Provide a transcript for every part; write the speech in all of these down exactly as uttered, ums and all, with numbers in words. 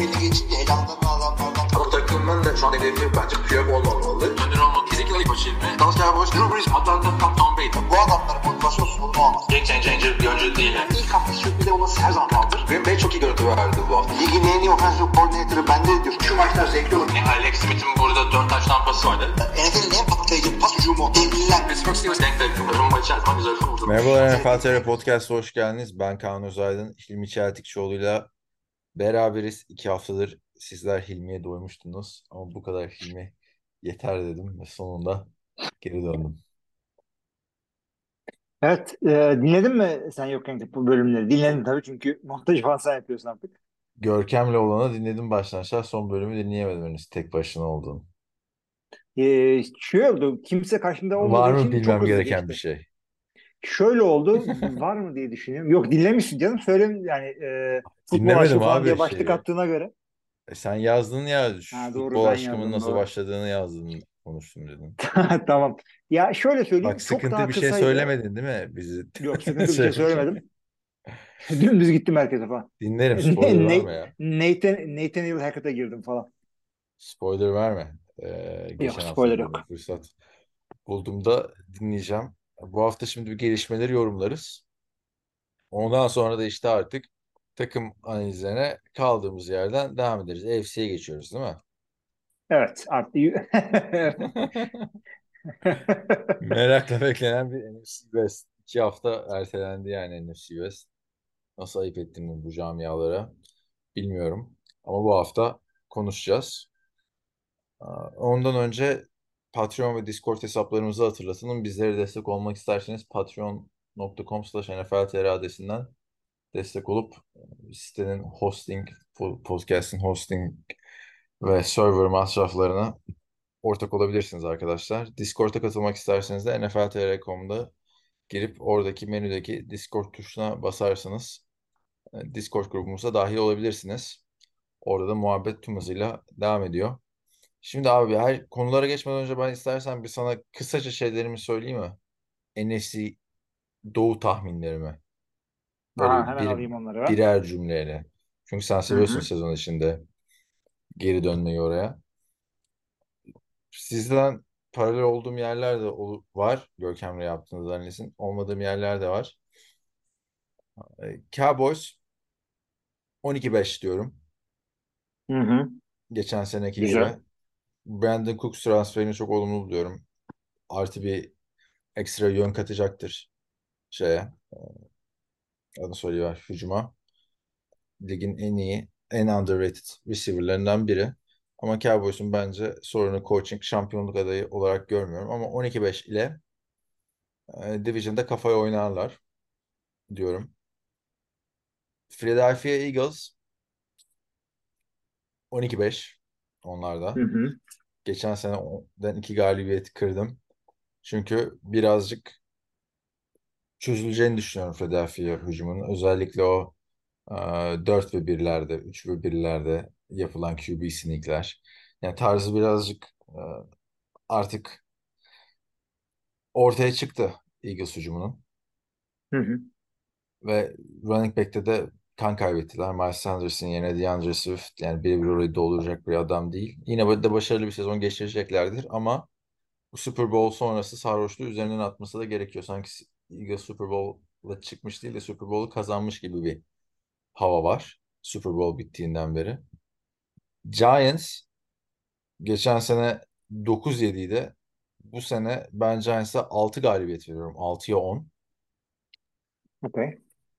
belli geçince elamdan adamlardan. Ama takımın da şu an hedefi bence Piyok olmamalı. Önder olmalı. Kesinlikle ilk başı ilmi. Dallas Cowboys, Drew Brees, Atlanta, Tom, Tom Brady. Bu adamların motivasyon sorunu olmaz. Game changer bir oyuncu değil. Yani ilk hafta sürpriz olması her zaman kaldır. Green Bay çok iyi görüntü verdi bu hafta. Ligin en iyi offensive coordinator'ı bende diyor. Şu maçlar zevkli olur. Yani Alex Smith'in burada dört taş tampası vardı. N F L'in en patlayıcı pas hücumu. Devliler. Pittsburgh Steelers denk denk. Rumba içer zaman güzel kuruldu. Merhabalar N F L T R Podcast'a hoş geldiniz. Ben Kaan Özaydın. Hilmi Çeltikçioğlu'yla beraberiz. İki haftadır sizler Hilmi'ye doymuştunuz. Ama bu kadar Hilmi yeter dedim ve sonunda geri döndüm. Evet, e, dinledin mi sen yokken bu bölümleri? Dinledim tabii çünkü montajı falan sen yapıyorsun artık. Görkem'le olanı dinledim baştan aşağı. Son bölümü dinleyemedim henüz tek başına olduğunu. E, şöyle oldu, kimse karşımda Var olmadığı mı için çok bilmem hızlı gereken bir geçti. şey? Şöyle oldu, var mı diye düşünüyorum. Yok dinlemişsin canım, söyle yani e, futbol aşkı Dinlemedim falan abi diye başlık şeyi. attığına göre. E sen yazdın ya şu Ha, doğru futbol ben aşkımın yazdım nasıl doğru. başladığını yazdın konuştun dedin. Tamam. Ya şöyle Bak söyleyeyim, çok sıkıntı daha bir şey kısaydı. söylemedin değil mi bizi Yok, sıkıntı bir şey şey yapırken? söylemedim. Dümdüz gittim herkese falan. Dinlerim, spoiler Ne- verme ya. Nathan, Nathaniel Hackett'a girdim falan. Spoiler verme. Ee, Yok, geçen hafta spoiler böyle yok. fırsat bulduğumda dinleyeceğim. Bu hafta şimdi bir gelişmeleri yorumlarız. Ondan sonra da işte artık takım analizlerine kaldığımız yerden devam ederiz. N F C'ye geçiyoruz değil mi? Evet artık. Merakla beklenen bir N F C West. İki hafta ertelendi yani N F C West. Nasıl ayıp ettim mi bu camialara bilmiyorum. Ama bu hafta konuşacağız. Aa, Ondan önce Patreon ve Discord hesaplarımızı hatırlatalım. Bizlere destek olmak isterseniz patreon nokta com slash N F L T R adresinden destek olup e, sitenin hosting, po- podcast'in hosting ve server masraflarına ortak olabilirsiniz arkadaşlar. Discord'a katılmak isterseniz de N F L T R nokta com'da girip oradaki menüdeki Discord tuşuna basarsanız e, Discord grubumuza dahil olabilirsiniz. Orada da muhabbet tüm hızıyla devam ediyor. Şimdi abi her konulara geçmeden önce ben istersen bir sana kısaca şeylerimi söyleyeyim mi? N F C Doğu tahminlerimi. Aha, Böyle hemen bir alayım onları ben. birer cümleyle. Çünkü sen Hı seviyorsun hı. sezon içinde geri dönmeyi oraya. Sizden paralel olduğum yerler de ol- var. Görkem'le yaptığınız analizin. Olmadığım yerler de var. E, Cowboys on iki beş diyorum. Hı hı. Geçen seneki gibi. Güzel. Brandon Cooks transferini çok olumlu buluyorum. Artı bir ekstra yön katacaktır şeye. Adını söylüyor hücuma. Ligin en iyi, en underrated receiver'larından biri. Ama Cowboys'un bence sorunu coaching, şampiyonluk adayı olarak görmüyorum. Ama on iki beş ile e, Division'da kafaya oynarlar diyorum. Philadelphia Eagles on iki beş Hı onlarda. hı. Geçen seneden iki galibiyet kırdım. Çünkü birazcık çözüleceğini düşünüyorum Philadelphia hücumunun. Özellikle o e, dört ve birlerde, üç ve birlerde yapılan Q B sneakler. Yani tarzı birazcık e, artık ortaya çıktı Eagles hücumunun. Hı hı. Ve running back'te de kan kaybettiler. Miles Sanders'ın yerine DeAndre Swift yani birebir orayı dolduracak bir adam değil. Yine de başarılı bir sezon geçireceklerdir ama bu Super Bowl sonrası sarhoşluğu üzerinden atması da gerekiyor. Sanki Eagles Super Bowl'la çıkmış değil de Super Bowl'u kazanmış gibi bir hava var. Super Bowl bittiğinden beri. Giants geçen sene dokuz yediydi. Bu sene ben Giants'a altı galibiyet veriyorum. altıya on. Okay.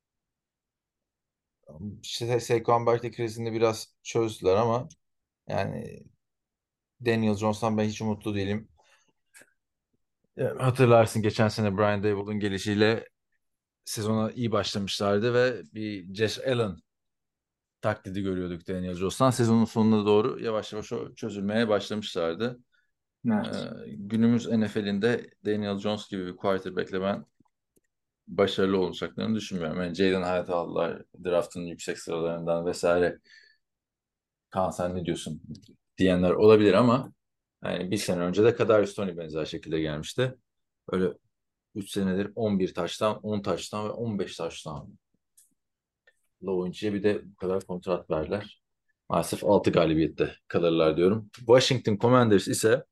İşte Saquon Barkley krizini biraz çözdüler ama yani Daniel Jones'tan ben hiç umutlu değilim. Ya, hatırlarsın geçen sene Brian Daboll'un gelişiyle sezona iyi başlamışlardı ve bir Josh Allen taklidi görüyorduk Daniel Jones'tan. Sezonun sonuna doğru yavaş yavaş o çözülmeye başlamışlardı. Ee, Evet. günümüz N F L'inde Daniel Jones gibi bir quarterback'le ben başarılı olacaklarını düşünmüyorum. Yani Jalen Hyatt aldılar draftın yüksek sıralarından vesaire. Kaan sen ne diyorsun diyenler olabilir ama yani bir sene önce de Kadarius Toney benzer şekilde gelmişti. Öyle üç senedir on bir taştan, on taştan ve on beş taştan oyuncuya bir de bu kadar kontrat verdiler. Maalesef altı galibiyette kalırlar diyorum. Washington Commanders ise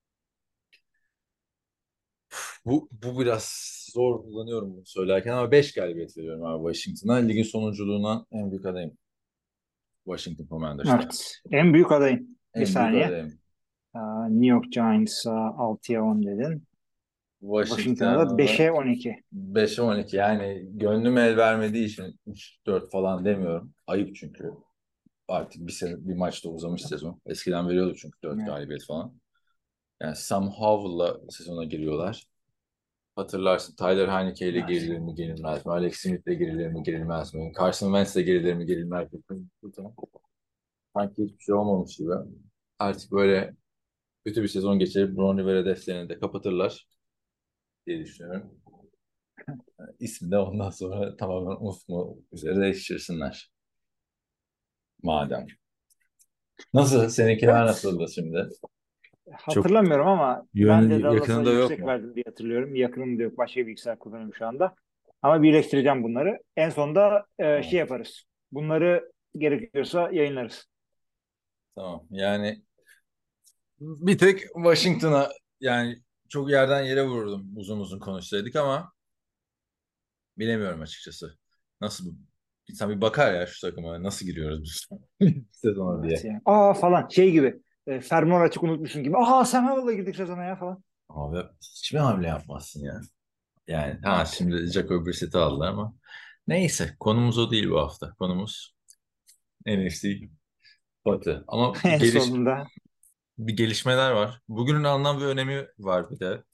bu, bu biraz zor kullanıyorum bunu söylerken ama beş galibiyet veriyorum abi Washington'a. Ligin sonunculuğuna en büyük adayım Washington Commanders'ta. Evet. En büyük adayım. Bir En büyük saniye. adayım. Aa, New York Giants'a altıya on dedin. Washington'a da Washington'a da beşe on iki. beşe on iki yani gönlüm el vermediği için üç dört falan demiyorum. Ayıp çünkü. Artık bir sene bir maçta uzamış sezon. Eskiden veriyordu çünkü dört Evet. galibiyet falan. Yani Sam Howell'la sezona giriyorlar. Hatırlarsın Tyler Heinicke ile Evet. gerilir mi gerilmez mi? Alex Smith ile gerilir mi gerilmez mi? Carson Wentz ile gerilir mi gerilmez mi? Sanki hiçbir şey olmamış gibi. Artık böyle kötü bir sezon geçirip Ron Rivera defterini de kapatırlar diye düşünüyorum. İsmi de ondan sonra tamamen unutma üzere değiştirsinler. Madem. Nasıl? Seninkiler Evet. nasıldı şimdi? Çok Hatırlamıyorum ama ben de yönü Dallas'a yakınında yok yüksek mu? verdim diye hatırlıyorum. Yakınımda yok. Başka bir bilgisayar kullanıyorum şu anda. Ama birleştireceğim bunları. En sonunda e, Tamam. şey yaparız. Bunları gerekiyorsa yayınlarız. Tamam. Yani bir tek Washington'a yani çok yerden yere vururdum uzun uzun konuşsaydık ama bilemiyorum açıkçası. Nasıl bu? İnsan bir bakar ya şu takıma nasıl giriyoruz biz sezona Evet diye. yani. Aa falan şey gibi. E, fermuar açık unutmuşsun gibi. Aa sen Howell'la girdik sezona ya falan. Abi hiçbir hamle yapmazsın ya. Yani ha Evet. şimdi Jacob Brissett'i aldılar ama neyse konumuz o değil bu hafta. Konumuz N F C Batı. Ama bir En geliş sonunda bir gelişmeler var. Bugünün anlam ve önemi var bir de.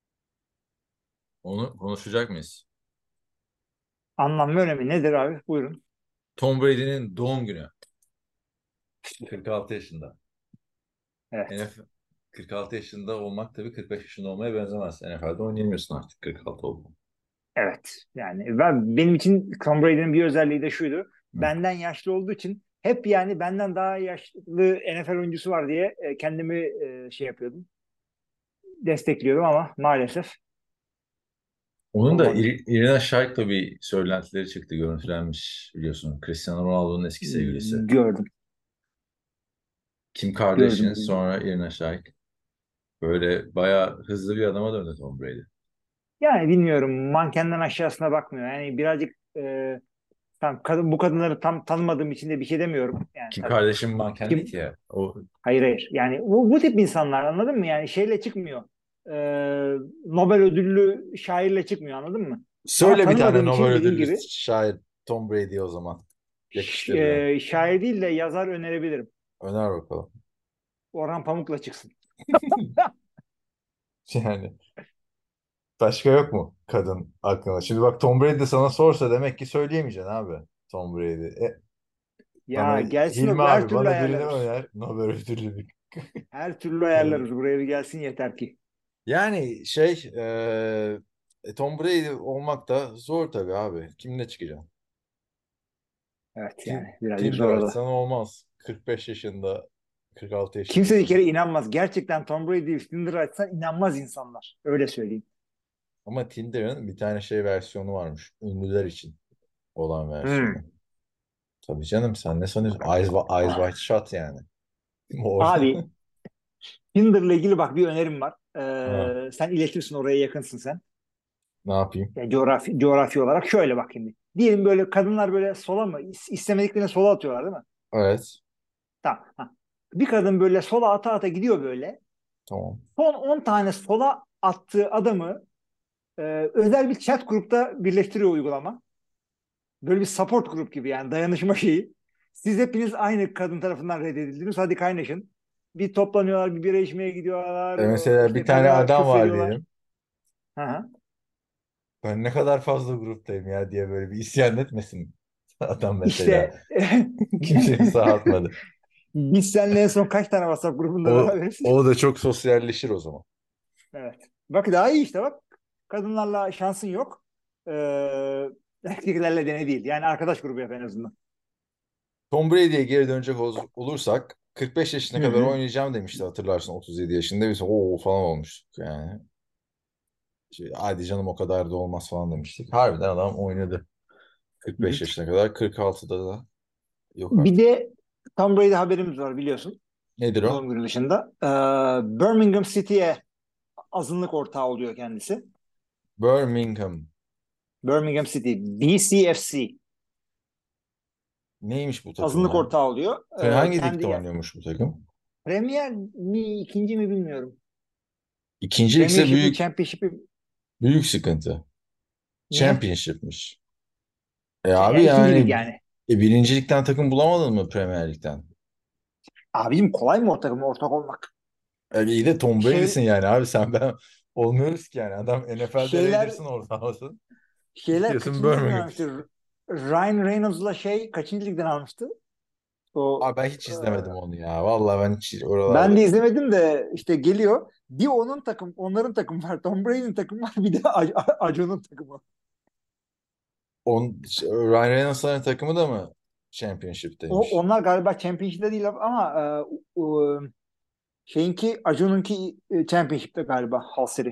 Onu konuşacak mıyız? anlam ve önemi nedir abi? Buyurun. Tom Brady'nin doğum günü. kırk altı yaşında. Evet. N F L kırk altı yaşında olmak tabii kırk beş yaşında olmaya benzemez. N F L'de oynayamıyorsun artık kırk altı oldu. Evet. Yani ben, benim için Tom Brady'nin bir özelliği de şuydu. Hı. Benden yaşlı olduğu için hep yani benden daha yaşlı N F L oyuncusu var diye e, kendimi e, şey yapıyordum. Destekliyordum ama maalesef Onun da olmadı. İri- Irina Shayk'la bir söylentileri çıktı, görüntülenmiş biliyorsun. Cristiano Ronaldo'nun eski sevgilisi. Gördüm. Kim Gördüm. Kardashian, sonra Irina Shayk. Böyle bayağı hızlı bir adama döndü Tom Brady. Yani bilmiyorum. Mankenden aşağısına bakmıyor. Yani birazcık e, tam kadın, bu kadınları tam tanımadığım için de bir şey demiyorum. Yani Kim tabii. Kardashian manken değil Kim? ki ya. O Hayır hayır. Yani bu, bu tip insanlar anladın mı? Yani şeyle çıkmıyor. Ee, Nobel ödüllü şairle çıkmıyor anladın mı? Ama söyle bir tane tanımadığım Nobel için dediğim ödüllü gibi şair Tom Brady o zaman. ş- Yakıştırırım. e, şair değil de yazar önerebilirim. Öner bakalım. Orhan Pamuk'la çıksın. Yani başka yok mu kadın aklına? Şimdi bak Tom Brady de sana sorsa demek ki söyleyemeyeceksin abi. Tom Brady. E, bana Ya gelsin Hilmi o her abi türlü bana birini ayarlarız. öner. Nobel ödüllü bir Her türlü kadın. ayarlarız. Buraya bir gelsin yeter ki. Yani şey e, e, Tom Brady olmak da zor tabii abi. Kimle çıkacaksın? Evet Tin- yani birazcık Tinder zor oldu. açsan olmaz. kırk beş yaşında, kırk altı Kimse bir kere yaşındasın. inanmaz. Gerçekten Tom Brady Tinder açsan inanmaz insanlar. Öyle söyleyeyim. Ama Tinder'ın bir tane şey versiyonu varmış. Ünlüler için olan versiyonu. Hmm. Tabii canım sen ne sanıyorsun? Eyes, wi- eyes wide shut yani. Orada. Abi Tinder'la ilgili bak bir önerim var. Ha, Ee, sen iletirsin oraya yakınsın sen. ne yapayım? Yani coğrafi, coğrafi olarak şöyle bak şimdi. Diyelim böyle kadınlar böyle sola mı? İs- istemediklerine sola atıyorlar değil mi? Evet. Tamam. Ha. Bir kadın böyle sola ata ata gidiyor böyle. Tamam. Son on tane sola attığı adamı e, özel bir chat grupta birleştiriyor uygulama. Böyle bir support grup gibi yani dayanışma şeyi. Siz hepiniz aynı kadın tarafından reddedildiniz. Hadi kaynaşın. Bir toplanıyorlar, bir bira içmeye gidiyorlar. E o mesela bir işte tane kadına adam var küfrediyorlar. diyelim. Hı hı. Ben ne kadar fazla gruptayım ya diye böyle bir isyan etmesin adam mesela. İşte Kimsenin sağ atmadı. biz seninle en son kaç tane WhatsApp grubunda O, beraberiz? o da çok sosyalleşir o zaman. Evet. Bak daha iyi işte bak. Kadınlarla şansın yok. Ee, erkeklerle de ne değil. Yani arkadaş grubu yap en azından. Tom Brady'ye geri dönecek ol- olursak kırk beş yaşına Hı kadar hı. oynayacağım demişti hatırlarsın otuz yedi yaşında. Biz o falan olmuştuk yani. Şey, hadi canım o kadar da olmaz falan demiştik. Harbiden adam oynadı. Hı kırk beş hı. yaşına kadar kırk altıda da yok Bir artık. de Tom Brady haberimiz var biliyorsun. Nedir Doğum o? günü dışında. Ee, Birmingham City'ye azınlık ortağı oluyor kendisi. Birmingham. Birmingham City. B C F C. Neymiş bu takım Azınlık ya? ortağı oluyor. Fe- Ee, Hangi kendi ligde ya, oynuyormuş bu takım? Premier mi ikinci mi bilmiyorum. İkinci ligse Premiership mi büyük Championship mi? büyük sıkıntı. Niye? Championship'miş. E Ya abi ikinci lig yani yani. e, birinci ligden takım bulamadın mı Premier Lig'den? Abicim kolay mı ortak ortak olmak? E, iyi de Tom Şey Brady'sin yani abi sen ben olmuyoruz ki yani. Adam N F L'de şeyler Raiders'ın ortağısın. şeyler Gidiyorsun kaçıncı ligden Birmingham. almıştı? Ryan Reynolds'la şey kaçıncı ligden almıştı? O Abi ben hiç e, izlemedim onu ya. Vallahi ben hiç ben oralarda. de izlemedim de işte geliyor. Bir onun takım, onların takımı var. Tom Brady'nin takımı var. Bir de Ac- Acun'un takımı. On, Ryan Reynolds'ların takımı da mı O, Championship'teymiş? onlar galiba Championship'te değil ama e, o, şeyinki Acun'unki e, Championship'te galiba Hull City.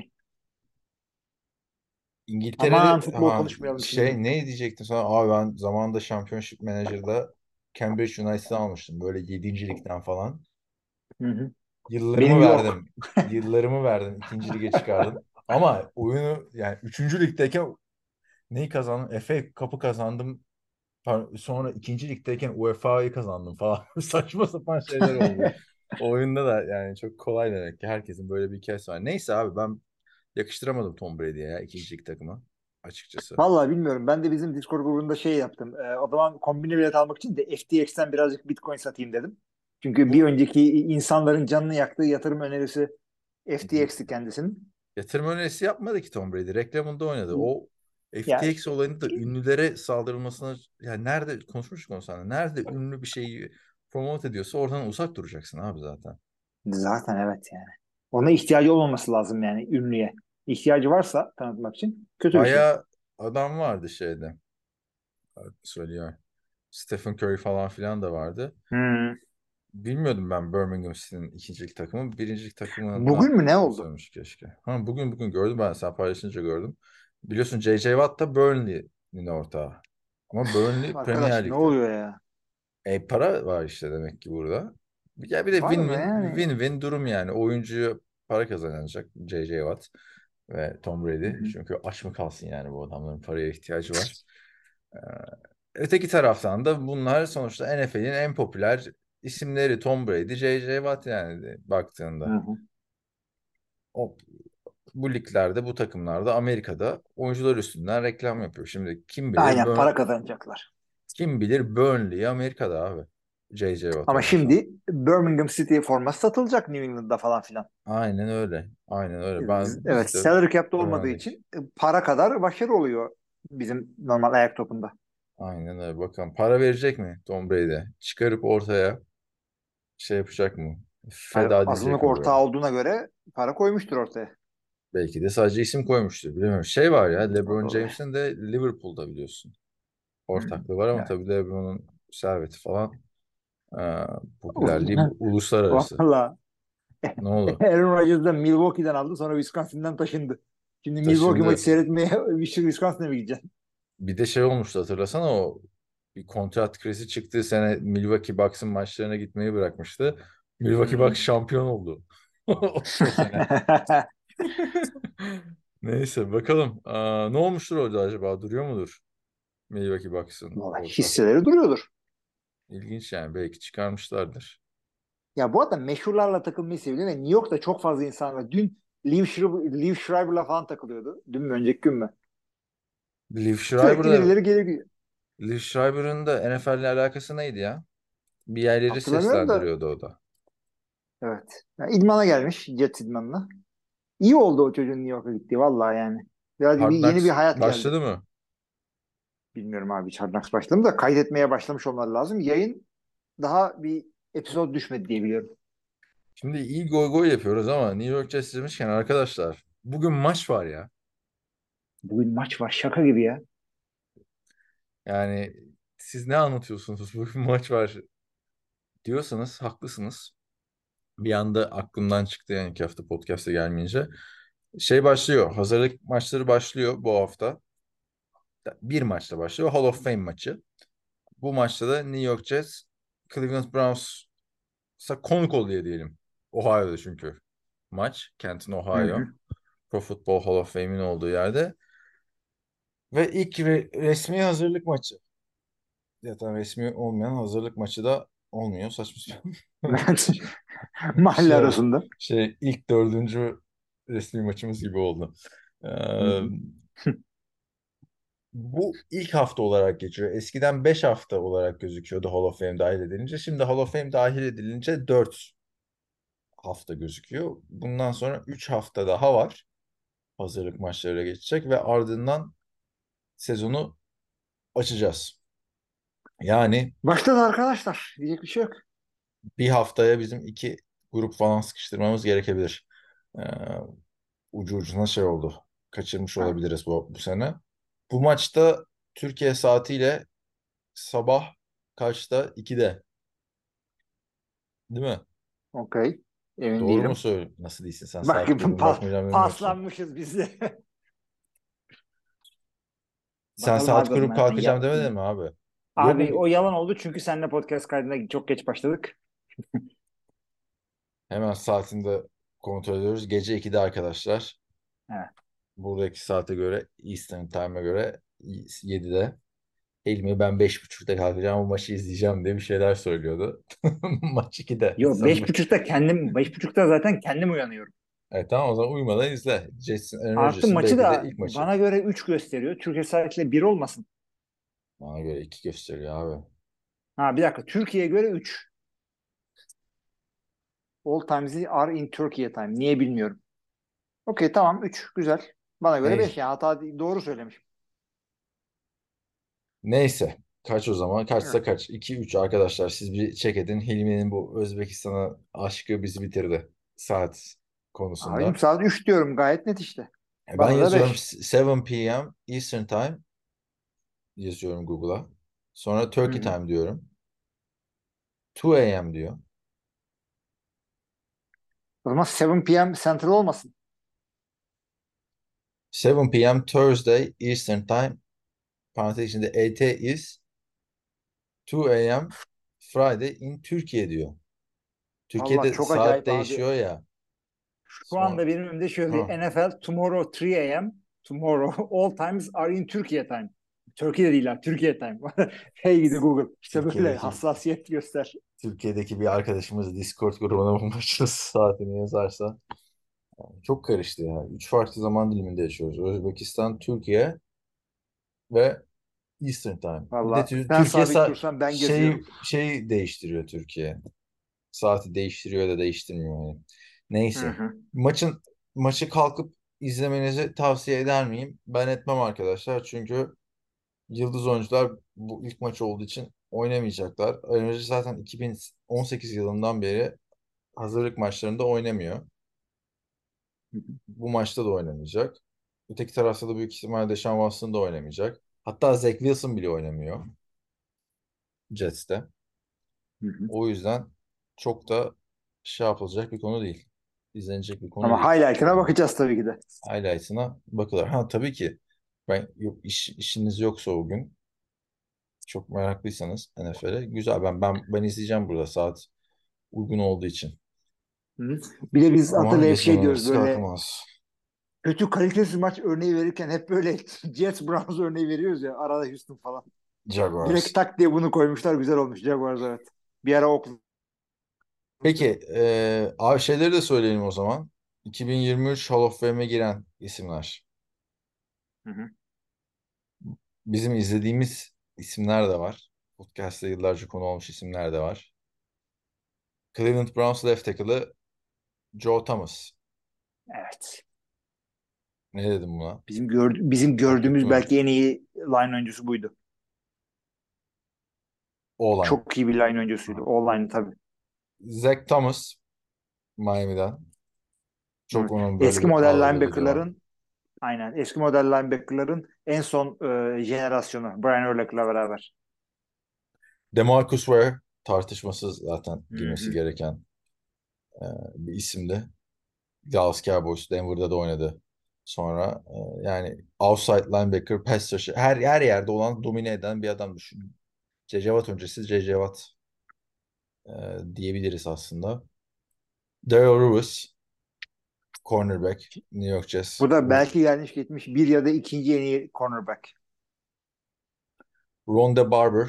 İngiltere'de Aman futbol ha, konuşmayalım şimdi. şey ne diyecektim sana? Abi ben zamanında Championship Manager'da Cambridge United'ı almıştım. Böyle yedinci ligden falan. Hı hı. Yıllarımı Benim yok. verdim. Yıllarımı verdim. İkinci lige çıkardım. Ama oyunu yani üçüncü ligdeyken neyi kazandım? F A Cup'ı kazandım. Pardon, sonra ikinci ligdeyken U E F A'yı kazandım falan. Saçma sapan şeyler oldu. O oyunda da yani çok kolay demek ki. Herkesin böyle bir hikayesi var. Neyse abi ben yakıştıramadım Tom Brady'ye ya ikinci lig takıma. Açıkçası. Vallahi bilmiyorum. Ben de bizim Discord grubunda şey yaptım. Ee, o zaman kombine bilet almak için de F T X'ten birazcık Bitcoin satayım dedim. Çünkü bir Bu önceki insanların canını yaktığı yatırım önerisi F T X'ti kendisinin. yatırım önerisi yapmadı ki Tom Brady. Reklamında oynadı. O Ya F T X olayını da ünlülere saldırılmasına yani nerede konuşmuştuk onu sana. Nerede ünlü bir şeyi promote ediyorsa oradan uzak duracaksın abi zaten. zaten evet yani. Ona ihtiyacı olmaması lazım yani ünlüye. İhtiyacı varsa tanıtmak için kötü bir şey. Bayağı adam vardı şeyde. Söylüyor. Stephen Curry falan filan da vardı. Hmm. Bilmiyordum ben Birmingham City'nin ikincilik takımı. Birincilik takımından Bugün mü ne oldu? söylemiş keşke. Ha, bugün bugün gördüm ben. Sen paylaşınca gördüm. Biliyorsun J J Watt da Burnley'nin ortağı. Ama Burnley Arkadaş Premier ne Lig'de. oluyor ya? E para var işte demek ki burada. Ya bir de Var da win-win yani. win-win durum yani. Oyuncuya para kazanacak J J Watt ve Tom Hı Brady. hı. Çünkü aç mı kalsın yani bu adamların paraya ihtiyacı var. Ee, Öteki taraftan da bunlar sonuçta N F L'in en popüler isimleri Tom Brady, J J Watt yani de Hı baktığında. hı. O, bu liglerde, bu takımlarda Amerika'da oyuncular üstünden reklam yapıyor. Şimdi kim bilir Aynen Bur- para kazanacaklar. kim bilir Burnley Amerika'da abi. J J Watt Ama oynasa. şimdi Birmingham City forması satılacak New England'da falan filan. Aynen öyle. Aynen öyle. Ben Evet, biz de salary cap'te olmadığı öğrendik. için e, para kadar başarı oluyor bizim normal ayak topunda. Aynen öyle. Bakalım para verecek mi Tom Brady? Çıkarıp ortaya şey yapacak mı? Yani Feda edilecek azınlık mi böyle? ortağı olduğuna göre para koymuştur ortaya. Belki de sadece isim koymuştur. Bilmiyorum. Şey var ya O da LeBron olabilir. James'in de Liverpool'da biliyorsun. Hmm. Ortaklığı var ama Evet. tabii LeBron'un serveti falan e, popülerliği bu- uluslararası. Valla Ne oldu? Aaron Rodgers da Milwaukee'den aldı sonra Wisconsin'den taşındı. Şimdi Milwaukee maçı Taşındı. seyretmeye Wisconsin'e mi gideceksin? Bir de şey olmuştu hatırlasana o bir kontrat krizi çıktığı sene Milwaukee Bucks'ın maçlarına gitmeyi bırakmıştı. Milwaukee Bucks Hmm. şampiyon oldu. O, o sene. Neyse bakalım. Aa, ne olmuştur orada acaba? Duruyor mudur Milwaukee Bucks'ın Vallahi orta? hisseleri duruyordur. İlginç yani. Belki çıkarmışlardır. Ya bu arada meşhurlarla takılmayı seviyor ve New York'ta çok fazla insan var. Dün Liev Schreiber, Liev Schreiber'la falan takılıyordu. Dün mü önceki gün mü? Liv Sürekli Schreiber'la birileri geliyor. Liv Schreiber'ın da N F L ile alakası neydi ya? Bir yerleri Hatırlamıyorum da seslendiriyordu o da. evet. Yani idmana gelmiş. Jets idmanına. İyi oldu o çocuğun New York'a gittiği vallahi yani. Birazcık bir Hard yeni bir Knocks hayat geldi. başladı mı? Bilmiyorum abi hiç Hard Knocks başladı mı da kaydetmeye başlamış olmaları lazım. Yayın daha bir episod düşmedi diye biliyorum. Şimdi iyi goy goy yapıyoruz ama New York Jets demişken arkadaşlar bugün maç var ya. Bugün maç var şaka gibi ya. Yani siz ne anlatıyorsunuz? Bugün maç var diyorsanız haklısınız. Bir anda aklımdan çıktı yani iki hafta podcast'a gelmeyince. Şey başlıyor. Hazırlık maçları başlıyor bu hafta. Bir maçla başlıyor. Hall of Fame maçı. Bu maçta da New York Jets Cleveland Browns'a konuk oluyor diyelim. Ohio'da çünkü maç. Kenton, Hı Ohio. hı. Pro Football Hall of Fame'in olduğu yerde. Ve ilk re- resmi hazırlık maçı. Zaten resmi olmayan hazırlık maçı da olmuyor. Saçma sapan. Mahalle Şey, arasında. şey ilk dördüncü resmi maçımız gibi oldu. Hı Ee, hı. bu ilk hafta olarak geçiyor. Eskiden beş hafta olarak gözüküyordu Hall of Fame dahil edilince. Şimdi Hall of Fame dahil edilince dört hafta gözüküyor. Bundan sonra üç hafta daha var. Hazırlık maçlarıyla geçecek ve ardından sezonu açacağız. Yani Başladı arkadaşlar. Diyecek bir şey yok. bir haftaya bizim iki grup falan sıkıştırmamız gerekebilir. Ee, ucu ucuna şey oldu. Kaçırmış Ha, olabiliriz bu, bu sene. Bu maçta Türkiye saatiyle sabah kaçta? ikide. Değil mi? okey. Emin Doğru mu değilim. söylüyorum? Nasıl değilsin? Sen Bak saatlerine pas, bakmayacağım dedim yoksa. paslanmışız biz de. Sen Bakalım saat abi o kurup zaman hemen kalkacağım yap. demedin mi abi? Yok mu? Abi o yalan oldu çünkü seninle podcast kaydına çok geç başladık. Hemen saatinde kontrol ediyoruz. Gece ikide arkadaşlar. Evet. Buradaki saate göre Eastern Time'a göre yedide. Elmi ben beş buçukta kalkacağım bu maçı izleyeceğim diye bir şeyler söylüyordu. Maç ikide. Yo Sonra... beş buçukta kendim beş buçukta zaten kendim uyanıyorum. Evet, tamam o zaman uyumadan izle. Jason Aaron Artı Rodgers'ın maçı belki de da ilk maçı. bana göre üç gösteriyor. Türkiye saatiyle bir olmasın. Bana göre iki gösteriyor abi. Ha bir dakika. Türkiye'ye göre üç. All times are in Turkey time. Niye bilmiyorum. Okey tamam üç. Güzel. Bana göre Neyse. beş yani hata değil. Doğru söylemişim. Neyse. Kaç o zaman? Evet. Kaçsa kaç? iki üç arkadaşlar. Siz bir check edin. Hilmi'nin bu Özbekistan'a aşkı bizi bitirdi. Saat Abicim konusunda. saat üç diyorum. Gayet net işte. E, Ben Bana da yazıyorum beş. seven p m Eastern Time yazıyorum Google'a. Sonra Hı Turkey hı. Time diyorum. iki a m diyor. O zaman seven p m Central olmasın. seven p m Thursday Eastern Time parantez içinde E T is iki a m Friday in Türkiye diyor. Valla Türkiye'de çok saat acayip abi. değişiyor ya. Şu Sonra anda benim önümde şöyle ha, N F L tomorrow üç a m Tomorrow all times are in Türkiye time. Türkiye'de değil ha. Türkiye time. Hey gidi Google. İşte böyle Türkiye'deki hassasiyet göster. Türkiye'deki bir arkadaşımız Discord grubuna bu maçın saatini yazarsa çok karıştı ya. Üç farklı zaman diliminde yaşıyoruz. Özbekistan, Türkiye ve Eastern Time. Bir de Valla Tür- sen Türkiye sabit sa- dursan ben şey geziyorum. şey değiştiriyor Türkiye. Saati değiştiriyor ya da değiştirmiyor yani. Hı Neyse. hı. Maçın maçı kalkıp izlemenizi tavsiye eder miyim? Ben etmem arkadaşlar. Çünkü yıldız oyuncular bu ilk maç olduğu için oynamayacaklar. Ayrıca zaten iki bin on sekiz yılından beri hazırlık maçlarında oynamıyor. Bu maçta da oynamayacak. Öteki tarafta da büyük ihtimalle Deshaun Watson da oynamayacak. Hatta Zach Wilson bile oynamıyor Jets'te. Hı hı. O yüzden çok da şey yapılacak bir konu değil. İzlenecek bir konu Ama değil. highlight'ına Yani bakacağız tabii ki de. highlight'ına bakılır. Ha tabii ki ben yok iş, işiniz yoksa o gün çok meraklıysanız N F L'e güzel ben ben ben izleyeceğim burada saat uygun olduğu için. Hı. Bir de biz Ama Atilla hep şey gecenin diyoruz yarısı böyle kalkamaz. kötü kalitesiz maç örneği verirken hep böyle Jets Browns örneği veriyoruz ya arada Houston falan. Direkt Jaguars. tak diye bunu koymuşlar güzel olmuş Jaguars evet. Bir ara Oakland. Peki e, abi şeyleri de söyleyelim o zaman. iki bin yirmi üç Hall of Fame'e giren isimler. Hı hı. Bizim izlediğimiz isimler de var. Podcast'ta yıllarca konu olmuş isimler de var. Cleveland Browns left tackle'ı Joe Thomas. Evet. Ne dedim buna? Bizim gör, bizim Çok kötü gördüğümüz mü? belki en iyi line oyuncusu buydu. O-line. Çok iyi bir line oyuncusuydu. Aha. O-line tabii. Zach Thomas Miami'den. Çok Evet. onun böyle Eski bir model kavgaları var. linebacker'ların aynen eski model linebacker'ların en son e, jenerasyonu Brian Urlacher'la beraber. DeMarcus Ware tartışmasız zaten Hı girmesi hı. gereken e, bir isimdi. Dallas Cowboys Denver'da da oynadı. Sonra e, yani outside linebacker, pass rusher her her yerde olan domine eden bir adam düşün. C C Watt öncesi C C Watt. e, diyebiliriz aslında. Darrell Rivers, cornerback, New York Jets. Bu da Bu belki gelmiş geçmiş bir ya da ikinci en iyi cornerback. Ronde Barber,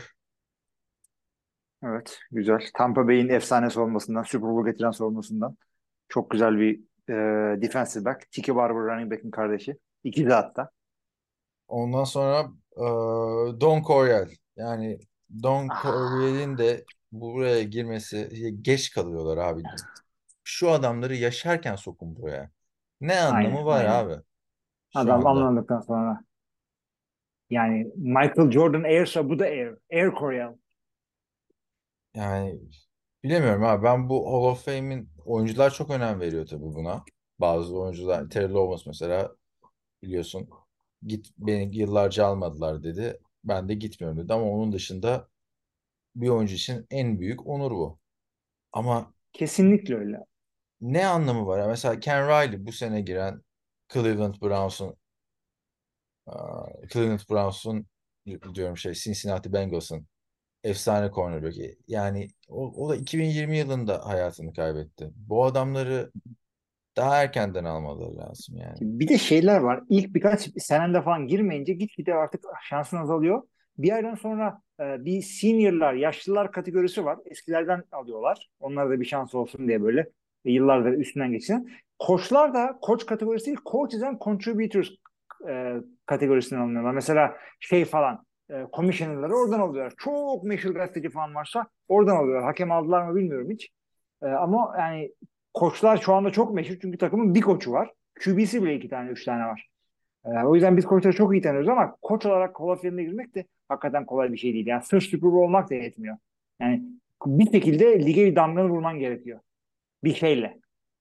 Evet, güzel. Tampa Bay'in efsanesi olmasından, Super Bowl getiren olmasından çok güzel bir e, defensive back. Tiki Barber running back'in kardeşi. İkizi hatta. ondan sonra e, Don Coryell. Yani Don Ah, Coryell'in de buraya girmesi geç kalıyorlar abi. Şu adamları yaşarken sokun buraya. Ne aynen, anlamı var aynen. abi şu Adam anda? anladıktan sonra. Yani Michael Jordan Air'sa bu da Air. Air Coryell. Yani bilemiyorum abi. Ben bu Hall of Fame'in oyuncular çok önem veriyor tabii buna. Bazı oyuncular, Terrell Owens mesela biliyorsun git beni yıllarca almadılar dedi. Ben de gitmiyorum dedi ama onun dışında bir oyuncu için en büyük onur bu. Ama Kesinlikle öyle. ne anlamı var? Mesela Ken Riley bu sene giren Cleveland Browns'un aa, Cleveland Browns'un diyorum şey Cincinnati Bengals'ın efsane cornerback. Yani o, o da iki bin yirmi yılında hayatını kaybetti. Bu adamları daha erkenden almaları lazım yani. Bir de şeyler var. İlk birkaç senende falan girmeyince gitgide artık şansın azalıyor. Bir aydan sonra e, bir seniorlar, yaşlılar kategorisi var. Eskilerden alıyorlar. Onlara da bir şans olsun diye böyle e, yıllardır üstünden geçen. Koçlar da koç kategorisi değil, coaches and contributors e, kategorisinden alınıyorlar. Mesela şey falan, e, commissioner'ları oradan alıyorlar. Çok meşhur gazeteci falan varsa oradan alıyorlar. Hakem aldılar mı bilmiyorum hiç. E, ama yani koçlar şu anda çok meşhur çünkü takımın bir koçu var. Q B'si bile iki tane, üç tane var. Ee, o yüzden biz koçları çok iyi tanıyoruz ama koç olarak Hall of Fame'e girmek de hakikaten kolay bir şey değil. Yani sırf Super Bowl olmak da yetmiyor. Yani bir şekilde lige bir damganı vurman gerekiyor. Bir şeyle.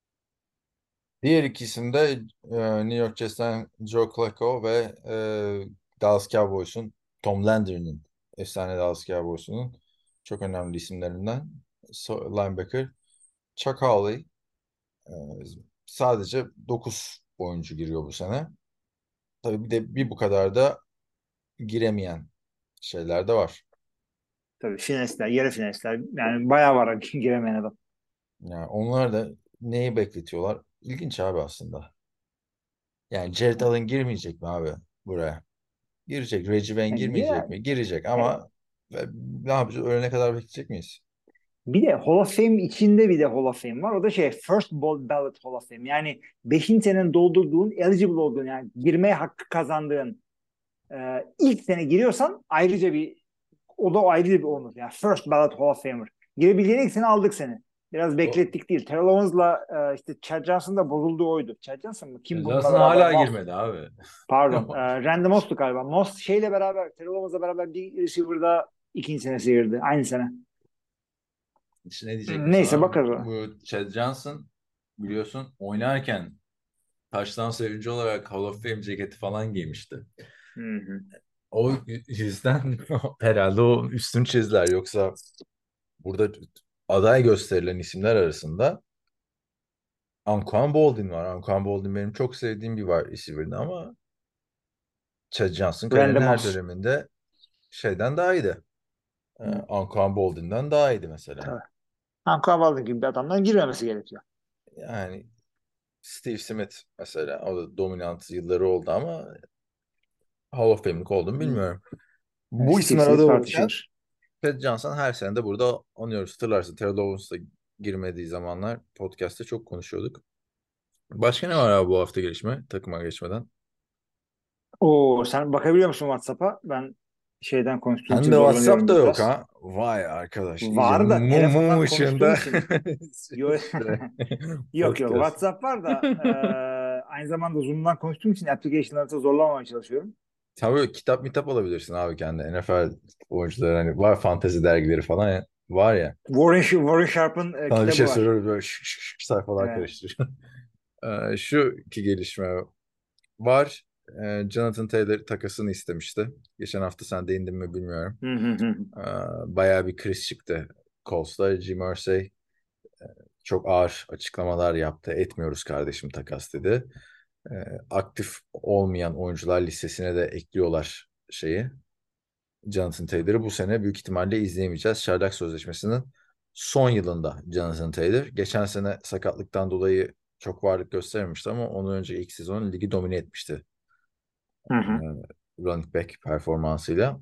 Diğer ikisinde e, New York Jets'ten Joe Flacco ve e, Dallas Cowboys'un Tom Landry'nin efsane Dallas Cowboys'un çok önemli isimlerinden so- linebacker Chuck Howley. E, sadece dokuz oyuncu giriyor bu sene. Tabii bir de bir bu kadar da giremeyen şeyler de var. Tabii finalistler, yarı finalistler. Yani bayağı var giremeyen adam. Yani onlar da neyi bekletiyorlar? İlginç abi aslında. Yani Jared Allen girmeyecek mi abi buraya? Girecek. Reggie Wayne Yani girmeyecek yine, mi? Girecek e, ama ve ne yapacağız? Ölene kadar bekleyecek miyiz? bir de Hall of Fame içinde bir de Hall of Fame var. O da şey First Ballot Hall of Fame. Yani beşinci senenin doldurduğun, eligible olduğun yani girmeye hakkı kazandığın e, ilk sene giriyorsan ayrıca bir o da ayrı bir onur. Yani First Ballot Hall of Famer. Girebileceğin ilk sene aldık seni. Biraz O beklettik değil. Terrell Owens'la e, işte Chad Johnson da bozulduğu oydu. Chad Johnson mı? Kim bununla Johnson beraber? hala Moss. girmedi abi. Pardon. E, Randy Moss'tu galiba. Moss şeyle beraber, Terrell Owens'la beraber bir receiver'da ikinci senesi girdi. Aynı sene. İşte ne diyecektim Neyse sana? bakarız ona. Bu Chad Johnson biliyorsun oynarken taştan sevinci olarak Hall of Fame ceketi falan giymişti. Hı hı. O yüzden herhalde o üstün çizdiler. Yoksa burada aday gösterilen isimler arasında Anquan Boldin var. Anquan Boldin benim çok sevdiğim bir var receiver'dı ama Chad Johnson Randy kariyerinin her Moss. döneminde şeyden daha iyiydi. Ee, Hı. Anquan Boldin'den daha iyiydi mesela. Tabii. Hank Baldwin gibi bir adamdan girmemesi gerekiyor. Yani Steve Smith mesela o da dominant yılları oldu ama Hall of Fame'lik olduğunu Hı. bilmiyorum. Yani Bu Steve isimler Smith aday olurken tartışılır. Ted Johnson her sene de burada anıyoruz. Hatırlarsın Terrell Owens'da girmediği zamanlar podcast'te çok konuşuyorduk. Başka ne var abi bu hafta gelişme takıma geçmeden? Oo, sen bakabiliyor musun WhatsApp'a? Ben şeyden konuştuğum Sen için de WhatsApp zorlanıyorum da yok biraz. ha. Vay arkadaş iyice Var da mum, mum telefondan konuştuğum ışığında için yok yok yok podcast. WhatsApp var da e, aynı zamanda Zoom'dan konuştuğum için application'ları zorlamamaya çalışıyorum. Sen böyle kitap mitap alabilirsin abi kendi. N F L oyuncuları hani var fantezi dergileri falan ya, var ya. Warren, Warren Sharp'ın e, Sana bir kitabı şey var. soruyor böyle şık şık şık sayfalar Evet. karıştırıyor. Ee, Şu iki gelişme var. Ee, Jonathan Taylor takasını istemişti. Geçen hafta sen değindin mi bilmiyorum. Hı hı hı. Ee, Bayağı bir kriz çıktı Colts'ta. Jim Irsay çok ağır açıklamalar yaptı. Etmiyoruz kardeşim takas dedi. Ee, Aktif olmayan oyuncular listesine de ekliyorlar şeyi. Jonathan Taylor'ı bu sene büyük ihtimalle izleyemeyeceğiz. Çaylak Sözleşmesi'nin son yılında Jonathan Taylor. Geçen sene sakatlıktan dolayı çok varlık gösterememişti ama ondan önce ilk sezon ligi domine etmişti. Hı Ee, hı. running back performansıyla.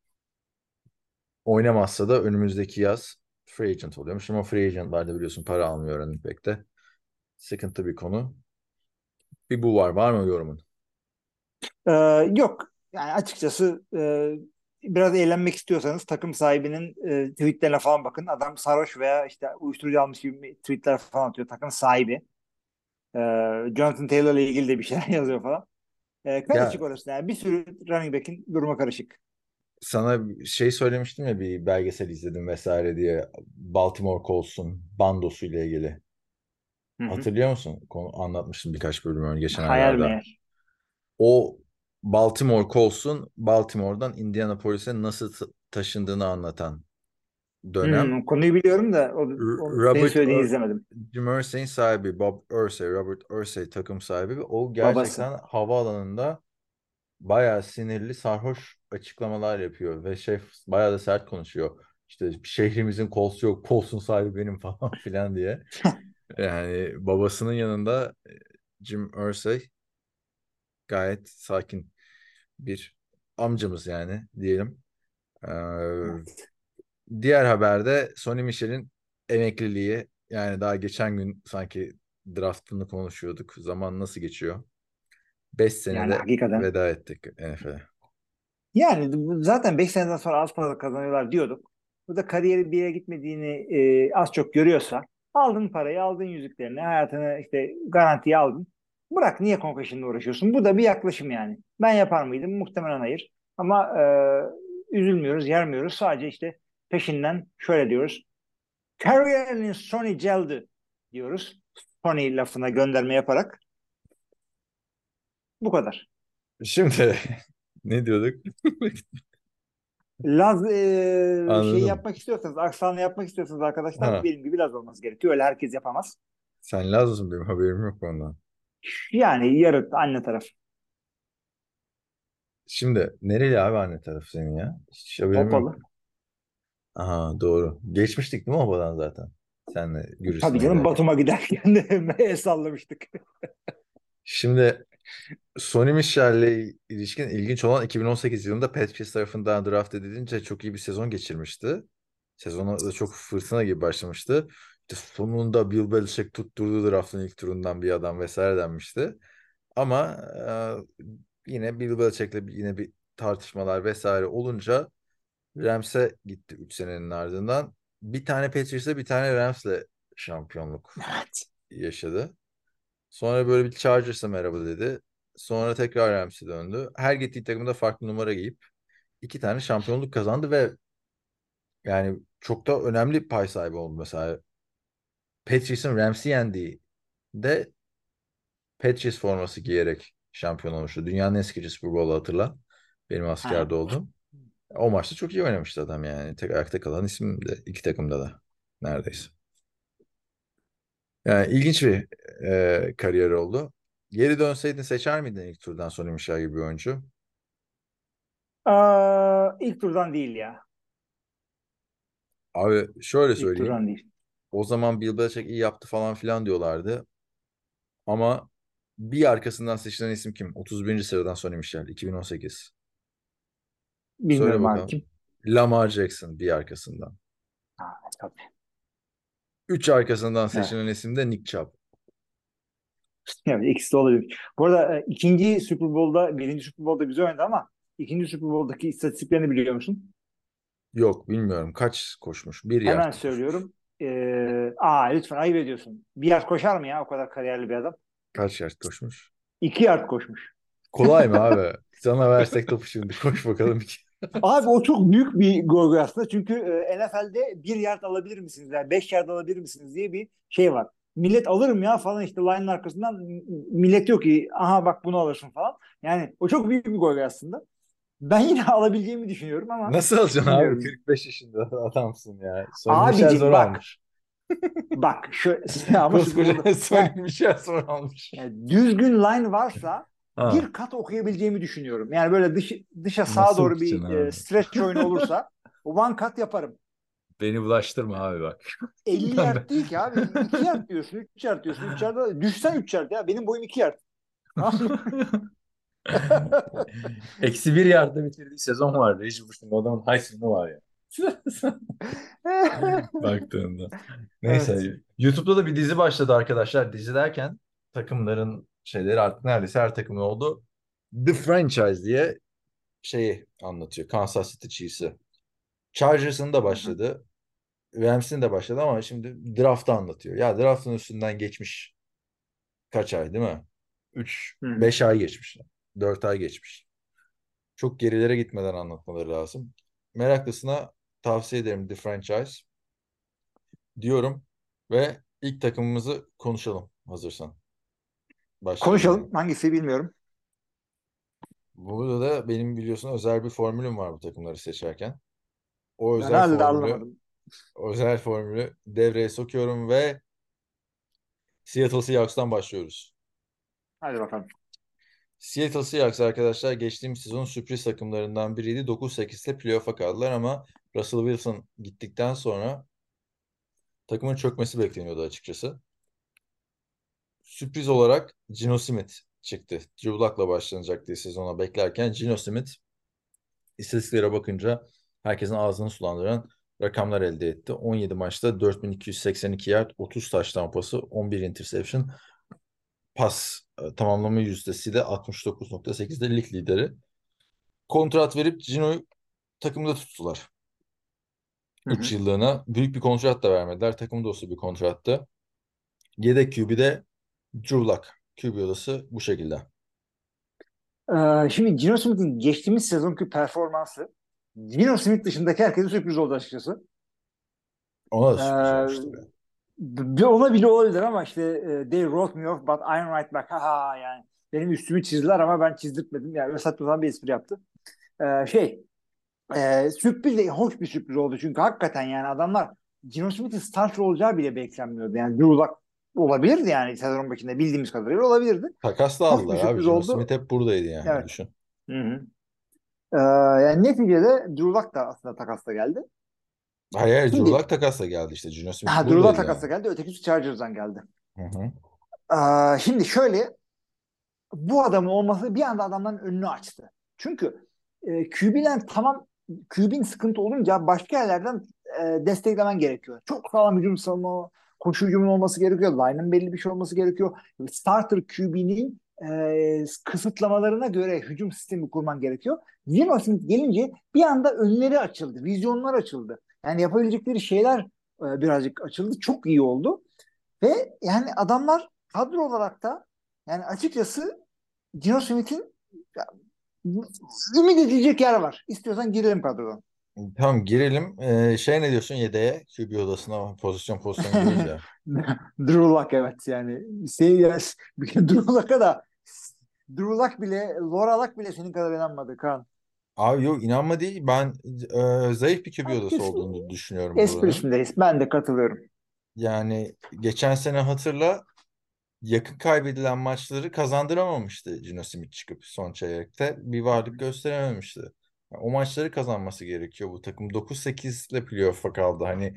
Oynamazsa da önümüzdeki yaz free agent oluyormuş ama free agentlar da biliyorsun para almıyor running back'te. Sıkıntı bir konu. Bir bu var. Var mı yorumun? Ee, yok. Yani açıkçası e, biraz eğlenmek istiyorsanız takım sahibinin e, tweetlerine falan bakın. Adam sarhoş veya işte uyuşturucu almış gibi tweetler falan atıyor. Takım sahibi. Ee, Jonathan Taylor'la ilgili de bir şeyler yazıyor falan. Ee, Ya karışık orası yani. Bir sürü running back'in durumu karışık. sana bir şey söylemiştim ya, bir belgesel izledim vesaire diye, Baltimore Colts'un bandosuyla ilgili. Hı hı. Hatırlıyor musun? Konu anlatmıştım birkaç bölüm önce geçen Hayal aylarda. meyal. O Baltimore Colts'un Baltimore'dan Indianapolis'e nasıl ta- taşındığını anlatan dönem. Hmm, konuyu biliyorum da o, R- o, senin Robert söylediğini Ur- izlemedim. Jim Irsay'in sahibi Bob Irsay, Robert Irsay takım sahibi ve o Babası. gerçekten havaalanında bayağı sinirli, sarhoş açıklamalar yapıyor ve şey, bayağı da sert konuşuyor. İşte şehrimizin Colts'u yok, Colts'un sahibi benim falan filan diye. Yani babasının yanında e, Jim Irsay gayet sakin bir amcamız yani diyelim. Ee, diğer haberde Sonny Michel'in emekliliği, yani daha geçen gün sanki draftını konuşuyorduk. Zaman nasıl geçiyor? Beş Yani senede hakikaten. veda ettik N F L'e. Yani bu- zaten beş seneden sonra az para kazanıyorlar diyorduk. Bu da kariyeri bir yere gitmediğini e, az çok görüyorsa aldın parayı, aldın yüzüklerini, hayatını işte garantiye aldın. Bırak niye concussion'la uğraşıyorsun? Bu da bir yaklaşım yani. Ben yapar mıydım? Muhtemelen hayır. Ama e, üzülmüyoruz, yermiyoruz. Sadece işte peşinden şöyle diyoruz. Kariyerinin sonu geldi diyoruz. Sony lafına gönderme yaparak. Bu kadar. Şimdi ne diyorduk? Laz e, şey Anladım. yapmak istiyorsanız, aksanlı yapmak istiyorsanız arkadaşlar Ha, benim gibi Laz olması gerekiyor. Öyle herkes yapamaz. sen Lazlısın, benim haberim yok ondan. Yani yarı anne taraf. Şimdi nereli abi anne tarafı senin ya? Hiç haberim yok. Hopalı. Aha, doğru. Geçmiştik değil mi Oba'dan zaten? Senle Tabii Gürcistan'a canım giderken. Batum'a giderken de el sallamıştık. Şimdi Sonny Michel'le ilişkin ilginç olan, iki bin on sekiz yılında Patriots tarafından draft edilince çok iyi bir sezon geçirmişti. Sezona da çok fırtına gibi başlamıştı. İşte sonunda Bill Belichick tutturdu draftın ilk turundan bir adam vesaire denmişti. Ama e, yine Bill Belichick'le yine bir tartışmalar vesaire olunca Rams'e gitti üç senenin ardından. Bir tane Patriots'le bir tane Rams'le şampiyonluk Evet. yaşadı. Sonra böyle bir Chargers'a merhaba dedi. Sonra tekrar Rams'e döndü. Her gittiği takımda farklı numara giyip iki tane şampiyonluk kazandı ve yani çok da önemli pay sahibi oldu. Mesela Patriots'ın Rams'i yendiği de Patriots forması giyerek şampiyon olmuştu. Dünyanın en sıkıcı Super Bowl'u, hatırla. Benim Ha. askerde oldum. O maçta çok iyi oynamıştı adam yani. Tek ayakta kalan isim de iki takımda da neredeyse. Yani ilginç bir e, kariyer oldu. Geri dönseydin seçer miydin ilk turdan Sonny Michel gibi bir oyuncu? Aa, ilk turdan değil ya. Abi şöyle İlk söyleyeyim. turdan değil. O zaman Bill Belichick iyi yaptı falan filan diyorlardı. Ama bir arkasından seçilen isim kim? otuz birinci sıradan Sonny Michel, iki bin on sekiz. Söyle Bilmiyorum abi bakalım. kim. Lamar Jackson bir arkasından. Ha, tabii. Üç arkasından Evet. seçilen isim de Nick Chubb. Evet, ikisi de olabilir. Bu arada e, ikinci Super Bowl'da, birinci Super Bowl'da güzel oynadı ama ikinci Super Bowl'daki istatistiklerini biliyor musun? Yok, bilmiyorum. Kaç koşmuş? Bir Hemen yard koşmuş. söylüyorum. Ee, aa lütfen ayıp ediyorsun. Bir yard koşar mı ya o kadar kariyerli bir adam? Kaç yard koşmuş? İki yard koşmuş. Kolay mı abi? Sana versek topu şimdi. Koş bakalım iki. Abi o çok büyük bir gol aslında. Çünkü e, N F L'de bir yard alabilir misiniz? Yani beş yard alabilir misiniz diye bir şey var. Millet alırım ya falan işte line'ın arkasından m- millet diyor ki aha bak bunu alırsın falan. Yani o çok büyük bir gol aslında. Ben yine alabileceğimi düşünüyorum ama Nasıl alacaksın abi? bilmiyorum. kırk beş yaşında adamsın ya. Sonny Michel zor Abicim bak almış. bak şu ama Super Koskoca Bowl'da Sonny yani, Michel zor almış. yani düzgün line varsa Ha. bir kat okuyabileceğimi düşünüyorum. Yani böyle dış, dışa sağa Nasıl doğru okuyacaksın bir e, abi? stretch oyunu olursa one cut yaparım. Beni bulaştırma abi bak. elli Ben de- yard değil ki abi. iki yard diyorsun, üç yard diyorsun. üç yardda düşsen üç yard ya. Benim boyum iki yard. Eksi bir yardta bitirdiği sezon vardı. Hiç bu adamın Heisman'ı var ya. Baktığında. Evet. Neyse. YouTube'da da bir dizi başladı arkadaşlar. Dizi derken takımların şeyleri artık neredeyse her takımın oldu. The Franchise diye şeyi anlatıyor. Kansas City Chiefs'i. Chargers'ın da Hı hı. başladı. Rams'in de başladı ama şimdi draft'ı anlatıyor. Ya draft'ın üstünden geçmiş kaç ay değil mi? Üç Hı hı. beş ay geçmiş. Dört ay geçmiş. Çok gerilere gitmeden anlatmaları lazım. Meraklısına tavsiye ederim The Franchise diyorum ve ilk takımımızı konuşalım hazırsan. Başlayalım yani. Konuşalım. Hangisi bilmiyorum. Burada da benim biliyorsun özel bir formülüm var bu takımları seçerken. O Ben özel hala formülü anlamadım. o özel formülü devreye sokuyorum ve Seattle Seahawks'tan başlıyoruz. Hadi bakalım. Seattle Seahawks arkadaşlar geçtiğimiz sezon sürpriz takımlarından biriydi. dokuz sekiz ile playoff'a kaldılar ama Russell Wilson gittikten sonra takımın çökmesi bekleniyordu açıkçası. Sürpriz olarak Geno Smith çıktı. Drew Luck'la başlanacak diye sezona beklerken Geno Smith istatistiklere bakınca herkesin ağzını sulandıran rakamlar elde etti. on yedi maçta dört bin iki yüz seksen iki yard, otuz touchdown pası, on bir interception. Pas e, tamamlama yüzdesi de altmış dokuz nokta sekizde lig lideri. Kontrat verip Gino'yu takımda tuttular. Hı üç hı. yıllığına. Büyük bir kontrat da vermediler. Takım dostu bir kontrattı. Yedek Q B'de Drew Luck. Q B odası bu şekilde. Ee, şimdi Geno Smith'in geçtiğimiz sezonki performansı Geno Smith dışındaki herkese sürpriz oldu açıkçası. Ona da sürpriz olmuştur Ee, ya. bir ona bile olabilir ama işte e, they wrote me off but I'm right back. Ha yani benim üstümü çizdiler ama ben çizdirtmedim. Yani öyle saçma sapan bir espri yaptı. Ee, şey e, sürpriz de hoş bir sürpriz oldu çünkü hakikaten yani adamlar Geno Smith'in starter olacağı bile beklenmiyordu. Yani Drew Luck olabilirdi yani sezon başında bildiğimiz kadarıyla olabilirdi. Takasla Hoş bir aldılar abi. sürpriz Geno Smith oldu. hep buradaydı yani. Evet. Düşün. Hı hı. Ee, yani neticede Drew Luck da aslında takasla geldi. Hayır, hayır, Drew Şimdi Luck takasla geldi işte. Geno Smith ha, Drew Luck buradaydı takasla yani. geldi. Ötekisi Chargers'dan geldi. Hı hı. Ee, şimdi şöyle bu adamın olması bir anda adamların önünü açtı. Çünkü e, Q B'den tamam Q B'nin sıkıntı olunca başka yerlerden e, desteklemen gerekiyor. Çok sağlam hücum savunma, koşu hücumun olması gerekiyor. Line'ın belli bir şey olması gerekiyor. Starter Q B'nin e, kısıtlamalarına göre hücum sistemi kurman gerekiyor. Geno Smith gelince bir anda önleri açıldı. Vizyonlar açıldı. Yani yapabilecekleri şeyler e, birazcık açıldı. Çok iyi oldu. Ve yani adamlar kadro olarak da yani açıkçası Geno Smith'in ya, ümit edilecek yer var. İstiyorsan girelim kadrodan. Tamam girelim. Ee, şey ne diyorsun yedeğe? Q B odasına pozisyon pozisyon gidiyoruz ya. Drew Luck evet yani. Şey, ya, Drew Luck'a da Drew Luck bile Laura Luck bile senin kadar inanmadı Kaan. Abi yok inanma değil. Ben e, zayıf bir Q B odası Herkes olduğunu düşünüyorum buranın. esprisindeyiz. Ben de katılıyorum. Yani geçen sene hatırla yakın kaybedilen maçları kazandıramamıştı Geno Smith çıkıp son çeyrekte. Bir varlık gösterememişti. Yani o maçları kazanması gerekiyor bu takım. dokuz sekiz ile playoff'a kaldı. Hani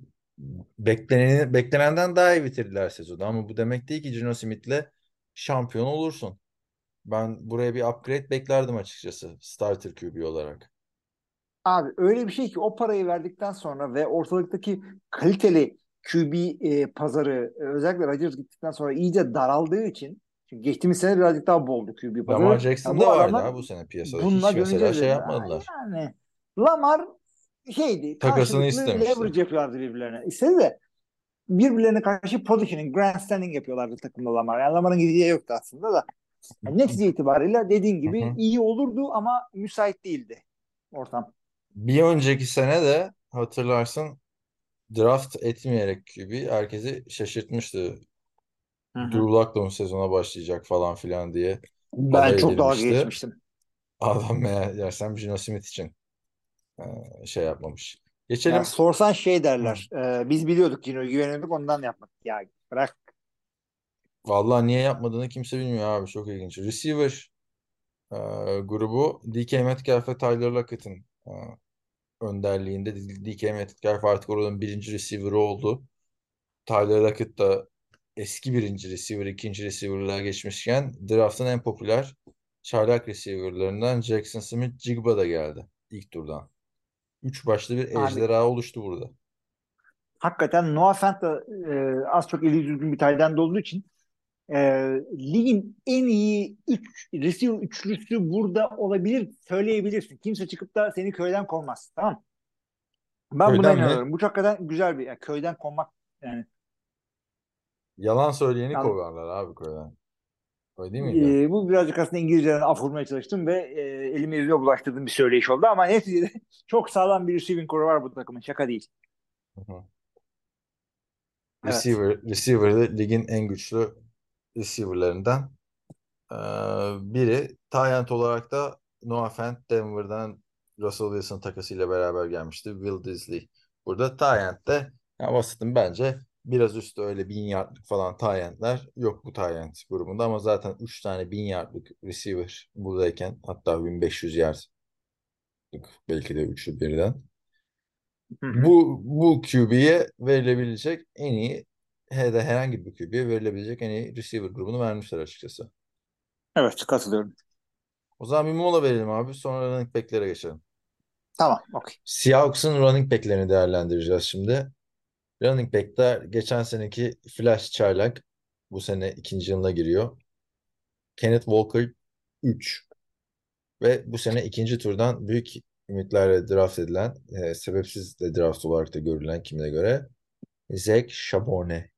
bekleneni, beklenenden daha iyi bitirdiler sezonu. Ama bu demek değil ki Geno Smith'le şampiyon olursun. Ben buraya bir upgrade beklerdim açıkçası starter Q B olarak. Abi öyle bir şey ki o parayı verdikten sonra ve ortalıktaki kaliteli Q B e, pazarı e, özellikle Rodgers gittikten sonra iyice daraldığı için çünkü geçtiğimiz sene birazcık daha boldu Q B Lamar pazarı. Ya Jackson bu da vardı adamlar ha bu sene piyasada. bununla Hiç mesela döneceğiz şey dediler. Ha, yapmadılar. yani Lamar şeydi Takasını karşılıklı istemişti. leverage yapıyorlardı birbirlerine. İstedi de birbirlerine karşı positioning, grandstanding yapıyorlardı takımda Lamar. Yani Lamar'ın gideceği yoktu aslında da. Yani netice itibariyle dediğin Hı gibi hı. iyi olurdu ama müsait değildi ortam. Bir önceki sene de hatırlarsın draft etmeyerek Q B herkesi şaşırtmıştı. Hı Drew hı. Luck da mı sezona başlayacak falan filan diye Ben alay çok dalga edilmişti. geçmiştim. Adam meğersem Geno Smith için e, şey yapmamış. Ya Geçelim. sorsan şey Hı. derler. E, biz biliyorduk Cino'yu güveniyorduk ondan yapmadık. Ya bırak. Vallahi niye yapmadığını kimse bilmiyor abi. Çok ilginç. Receiver e, grubu D K Metcalf ve Tyler Lockett'in e, önderliğinde D K Metcalf artık oranın birinci receiver'ı oldu. Tyler Lockett da eski birinci receiver, ikinci receiver'lığa geçmişken draft'ın en popüler çaylak receiver'larından Jackson Smith-Jigba da geldi ilk turdan. Üç başlı bir Abi ejderha oluştu burada. hakikaten Noah Fant da e, az çok eli düzgün bir tight end olduğu için e, ligin en iyi üç receiver üçlüsü burada olabilir söyleyebilirsin. Kimse çıkıp da seni köyden kovmaz. Tamam. Ben buna Köyden mi? inanıyorum. Bu çok hakikaten güzel bir yani köyden kovmak yani. Yalan söyleyeni Yani, kovarlar abi köyden. Öyle değil miydi? e, bu birazcık aslında İngilizceden af vurmaya çalıştım ve e, elimi yüzüme bulaştırdığım bir söyleyiş oldu ama neticede çok sağlam bir receiving core var bu takımın. Şaka değil. Hı hı. Evet. Receiver, receiver de ligin en güçlü receiver'larından ee, biri. Tyent olarak da Noah Fant Denver'dan Russell Wilson takasıyla beraber gelmişti. Will Disley. Burada Tyent de ya basittim bence biraz üstü öyle bin yardlık falan Tyent'ler yok bu Tyent grubunda ama zaten üç tane bin yardlık receiver buradayken hatta bin beş yüz yardlık belki de üçü birden. Hı hı. Bu bu Q B'ye verilebilecek en iyi he de herhangi bir Q B'ye verilebilecek en iyi receiver grubunu vermişler açıkçası. Evet, katılıyorum. O zaman bir mola verelim abi. Sonra running back'lere geçelim. Tamam, okey. Seahawks'ın running back'lerini değerlendireceğiz şimdi. Running back'ler geçen seneki Flash çaylak bu sene ikinci yılına giriyor. Kenneth Walker üç ve bu sene ikinci turdan büyük ümitlerle draft edilen, e, sebepsiz de draft olarak da görülen kimine göre Zach Charbonnet.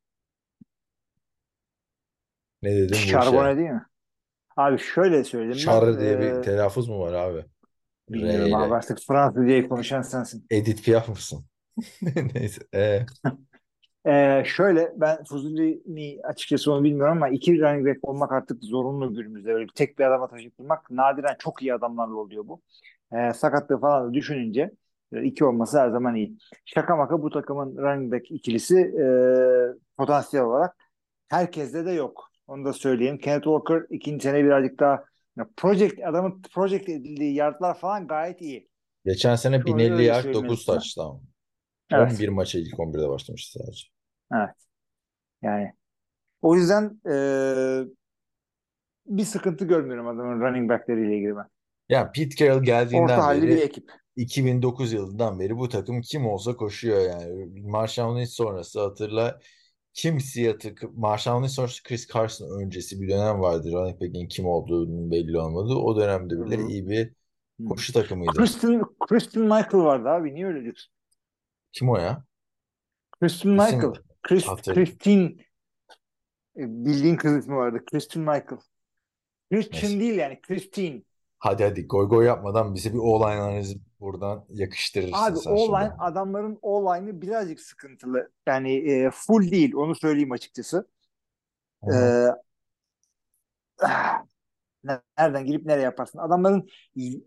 Ne dedim bu işe? Charbonnet değil mi? Abi şöyle söyleyeyim ben Char diye bir e, telaffuz mu var abi? R bilmiyorum abi ile. artık Fransızcayı konuşan sensin. Edith Piaf mısın? Neyse. E, E, şöyle ben Fuzuli mi açıkçası onu bilmiyorum ama iki running back olmak artık zorunlu günümüzde. Böyle tek bir adama taşıtılmak nadiren çok iyi adamlarla oluyor bu. E, sakatlığı falan da düşününce e, iki olması her zaman iyi. Şaka maka bu takımın running back ikilisi e, potansiyel olarak herkeste de yok. Onu da söyleyeyim. Kenneth Walker ikinci sene birazcık daha ya project adamın project edildiği yardlar falan gayet iyi. geçen sene Şu bin elli öyle yard söyleyeyim en dokuz azından. touchdown. on bir Evet. maça ilk on birde başlamıştı sadece. Evet. Yani o yüzden e, bir sıkıntı görmüyorum adamın running back'leriyle ilgili ben. Yani Pete Carroll Orta geldiğinden halli bir beri ekip. iki bin dokuz yılından beri bu takım kim olsa koşuyor yani. Marshall Lynch sonrası hatırla kim Seattle, Marshall Lynch sonrası Chris Carson öncesi bir dönem vardı. Running back'in kim olduğunu belli olmadı. O dönemde bile Hı. iyi bir Hı. koşu takımıydı. Christian, Christian Michael vardı abi. Niye öyle diyorsun? Kim o ya? Christian İsim Michael. Chris, hatır. Christine e, bildiğin kız ismi vardı. Christian Michael. Neyse. Christian değil yani. Christine. Hadi hadi goy goy yapmadan bize bir o-line analizi buradan yakıştırırsın Abi sen şimdi. O-line adamların O-line'ı birazcık sıkıntılı. Yani e, full değil onu söyleyeyim açıkçası. Hı hı. E, ah, nereden girip nereye yaparsın? Adamların y-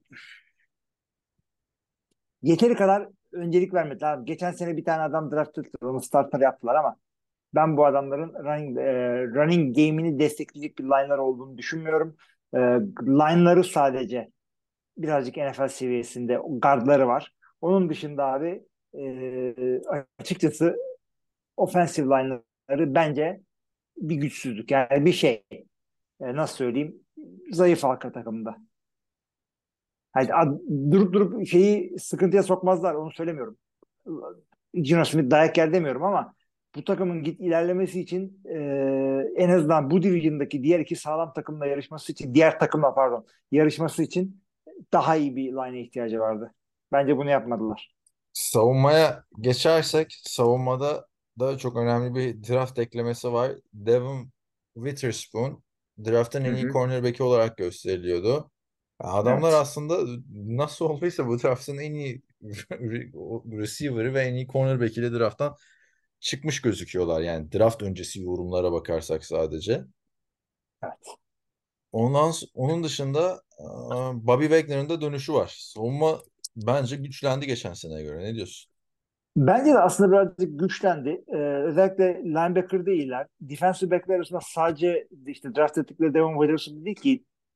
yeteri kadar öncelik vermediler. Abi, geçen sene bir tane adam draft ettiler. Onu starter yaptılar ama ben bu adamların running, e, running game'ini destekleyecek bir line'lar olduğunu düşünmüyorum. E, line'ları sadece birazcık N F L seviyesinde guardları var. Onun dışında abi e, açıkçası offensive line'ları bence bir güçsüzlük. Yani bir şey. E, nasıl söyleyeyim? Zayıf halka takımında. Hani ad- durup durup şeyi sıkıntıya sokmazlar. Onu söylemiyorum. Gino Smith dayak yer demiyorum ama bu takımın git ilerlemesi için e, en azından bu division'daki diğer iki sağlam takımla yarışması için diğer takımla pardon yarışması için daha iyi bir line'e ihtiyacı vardı. Bence bunu yapmadılar. Savunmaya geçersek savunmada da çok önemli bir draft eklemesi var. Devin Witherspoon draft'ın Hı en iyi hı. cornerback'i olarak gösteriliyordu. Adamlar Evet. aslında nasıl olduysa bu draft'ın en iyi receiver'ı ve en iyi cornerback'iyle draft'tan çıkmış gözüküyorlar. Yani draft öncesi yorumlara bakarsak sadece. Evet. Ondan, onun dışında e, Bobby Wagner'ın da dönüşü var. Savunma bence güçlendi geçen seneye göre. Ne diyorsun? Bence de aslında birazcık güçlendi. Ee, özellikle linebacker iyiler. Defensive backler arasında sadece işte draft ettikleri Devon Witherspoon değil ki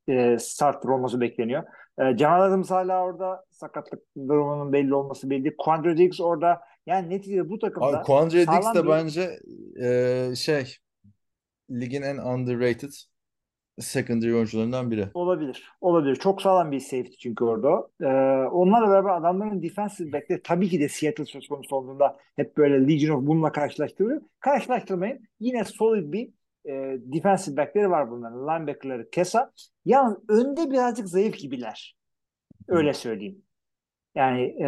e, starter olması bekleniyor. E, Jamal Adams hala orada, sakatlık durumunun belli olması belli. Quandre Diggs orada. Yani neticede bu Abi takımda Quandre Diggs sağlam de bir bence e, şey ligin en underrated secondary oyuncularından biri. olabilir. Olabilir. Çok sağlam bir safety çünkü orada. Ee, onlarla beraber adamların defensive back'leri tabii ki de Seattle söz konusu olduğunda hep böyle Legion of Boom'la karşılaştırılıyor. Karşılaştırmayın. Yine solid bir e, defensive back'leri var bunların. Linebacker'ları kesa. Yalnız önde birazcık zayıf gibiler. Öyle söyleyeyim. Yani e,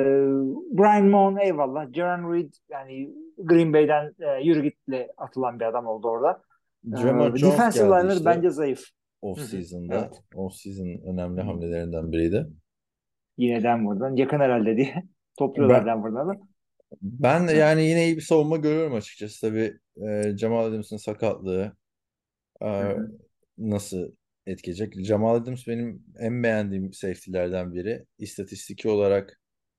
Brian Moore eyvallah. Jaron Reed yani Green Bay'den e, yürü gitle atılan bir adam oldu orada. Jamar E, Jones defensive geldi line'ları işte bence zayıf. Hı hı. off-season'da. Evet. Off-season önemli Hı hı. hamlelerinden biriydi. Yine Denver'dan. Yakın herhalde diye. Topluyorlar Ben Denver'dan da. ben de yani yine iyi bir savunma görüyorum açıkçası. Tabii e, Jamal Adams'ın sakatlığı Hı e, hı. nasıl etkileyecek? Jamal Adams benim en beğendiğim safety'lerden biri. İstatistiki olarak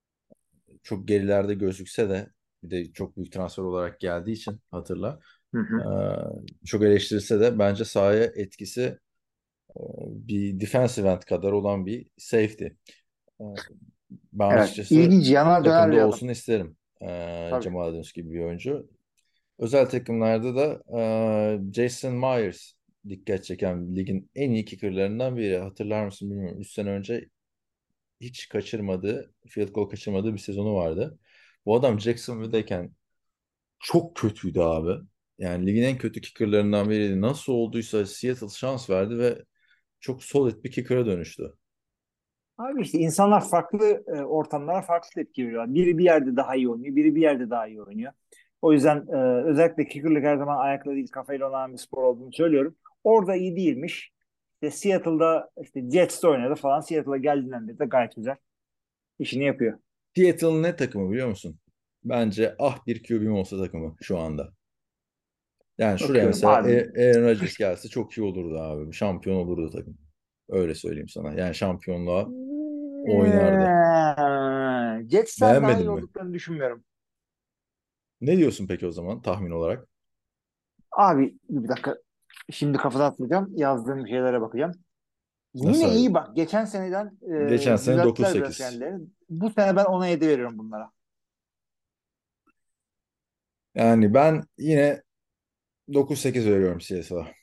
çok gerilerde gözükse de bir de çok büyük transfer olarak geldiği için hatırla. Hı e, hı. çok eleştirilse de bence sahaya etkisi e, bir defensive end kadar olan bir safety. E, Ben Evet. açıkçası İlginç. Yanar döner takımda bir adam. olsun isterim. E, Tabii. Jamal Adams gibi bir oyuncu. Özel takımlarda da e, Jason Myers dikkat çeken ligin en iyi kickerlarından biri. Hatırlar mısın bilmiyorum. Üç sene önce hiç kaçırmadığı, field goal kaçırmadığı bir sezonu vardı. Bu adam Jacksonville'deyken çok kötüydü abi. Yani ligin en kötü kickerlarından biriydi. Nasıl olduysa Seattle şans verdi ve çok solid bir kicker'a dönüştü. Abi işte insanlar farklı e, ortamlara farklı tepki veriyorlar. Biri bir yerde daha iyi oynuyor, biri bir yerde daha iyi oynuyor. O yüzden e, özellikle kickerlık her zaman ayakla değil kafayla oynanan bir spor olduğunu söylüyorum. Orada iyi değilmiş. İşte Seattle'da işte Jets'te oynadı falan. Seattle'a geldiğinden beri de gayet güzel işini yapıyor. Seattle'ın ne takımı biliyor musun? Bence ah bir Q B'm olsa takımı şu anda. Yani şuraya Bakıyorum mesela abi. A- Aaron Rodgers gelse çok iyi olurdu abi. Şampiyon olurdu takım. Öyle söyleyeyim sana. Yani şampiyonluğa oynardı. Ee, Jets'ten daha Beğenmedin iyi mi? olduklarını düşünmüyorum. Ne diyorsun peki o zaman tahmin olarak? Abi bir dakika. Şimdi kafadan atmayacağım. Yazdığım şeylere bakacağım. Yine Mesela iyi bak. Geçen seneden geçen e, sene düzelttiler biraz dokuz sekiz. kendileri. Bu sene ben ona yedi veriyorum bunlara. Yani ben yine dokuz sekiz veriyorum C S I'ye.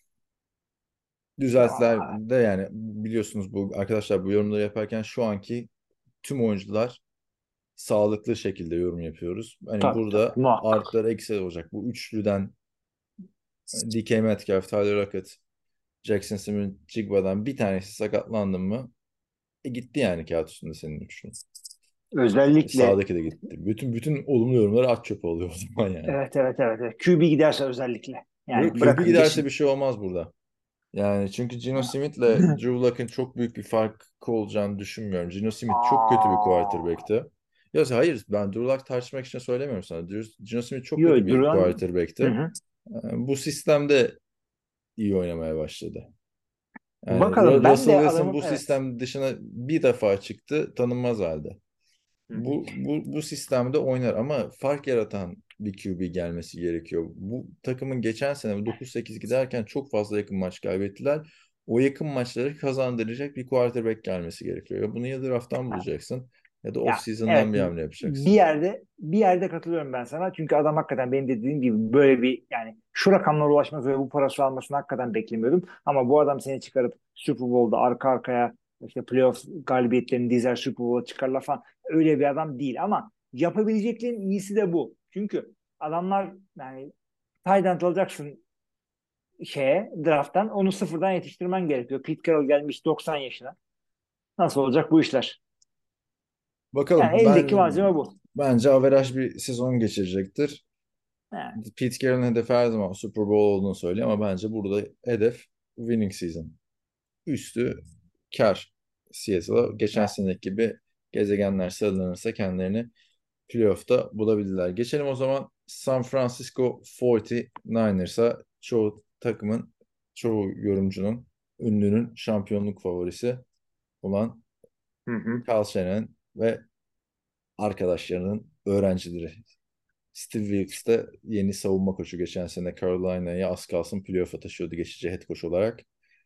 Tamam Düzelttiler abi. de yani biliyorsunuz bu arkadaşlar bu yorumları yaparken şu anki tüm oyuncular sağlıklı şekilde yorum yapıyoruz. Hani Tabii tabii. burada Muhakkak. artlar eksiler olacak. Bu üçlüden D K Metcalf, Tyler Lockett, Jackson Smith, Jigba'dan bir tanesi sakatlandı mı e gitti yani kağıt üstünde senin üçlün. E, Özellikle sağdaki de gitti. Bütün bütün olumlu yorumları at çöpe oluyor o zaman yani. evet evet evet. evet. Q B giderse özellikle. Yok Yani Q B bırakın giderse bir geçin. şey olmaz burada. Yani çünkü Geno Smith'le Drew Lock'ın çok büyük bir fark olacağını düşünmüyorum. Geno Smith çok kötü bir Aa. quarterback'ti. Ya hayır ben Drew Lock tartışmak için söylemiyorum sana. Drew- Geno Smith çok Yo, kötü bir Duran. Hı quarterback'ti. hı. Ee, Bu sistemde iyi oynamaya başladı. Yani Bakalım Ru- ben Russell de Wilson adamın bu evet. sistem dışına bir defa çıktı, tanınmaz halde. Hı hı. Bu, bu, bu sistemde oynar ama fark yaratan bir Q B gelmesi gerekiyor. Bu takımın geçen sene dokuz sekiz giderken çok fazla yakın maç kaybettiler. O yakın maçları kazandıracak bir quarterback gelmesi gerekiyor. Ya bunu ya drafttan bulacaksın ya da Ya off-season'dan evet bir hamle bir yapacaksın. yerde bir yerde katılıyorum ben sana. Çünkü adam hakikaten benim dediğim gibi böyle bir yani şu rakamlara ulaşması ve bu parası almasını hakikaten beklemiyordum. Ama bu adam seni çıkarıp Super Bowl'da arka arkaya işte playoff galibiyetlerini dizer Super Bowl'a çıkarlar falan öyle bir adam değil. Ama yapabileceklerin iyisi de bu. Çünkü adamlar yani tight end alacaksın şeye drafttan onu sıfırdan yetiştirmen gerekiyor. Pete Carroll gelmiş doksan yaşına. Nasıl olacak bu işler? Yani Bakalım eldeki ben malzeme bu. bence averaj bir sezon geçirecektir. He. Pete Carroll'ın hedefi her zaman Super Bowl olduğunu söylüyor ama bence burada hedef winning season. Üstü kar C S L''a. Geçen Evet. seneki gibi gezegenler sıralanırsa kendilerini playoff'ta bulabilirler. Geçelim o zaman San Francisco kırk dokuzlar'a çoğu takımın, çoğu yorumcunun, ünlünün şampiyonluk favorisi olan Hı hı. Kyle Shanahan ve arkadaşlarının öğrencileri. Steve Wilkes de yeni savunma koçu geçen sene Carolina'yı az kalsın playoff'a taşıyordu geçici head coach olarak.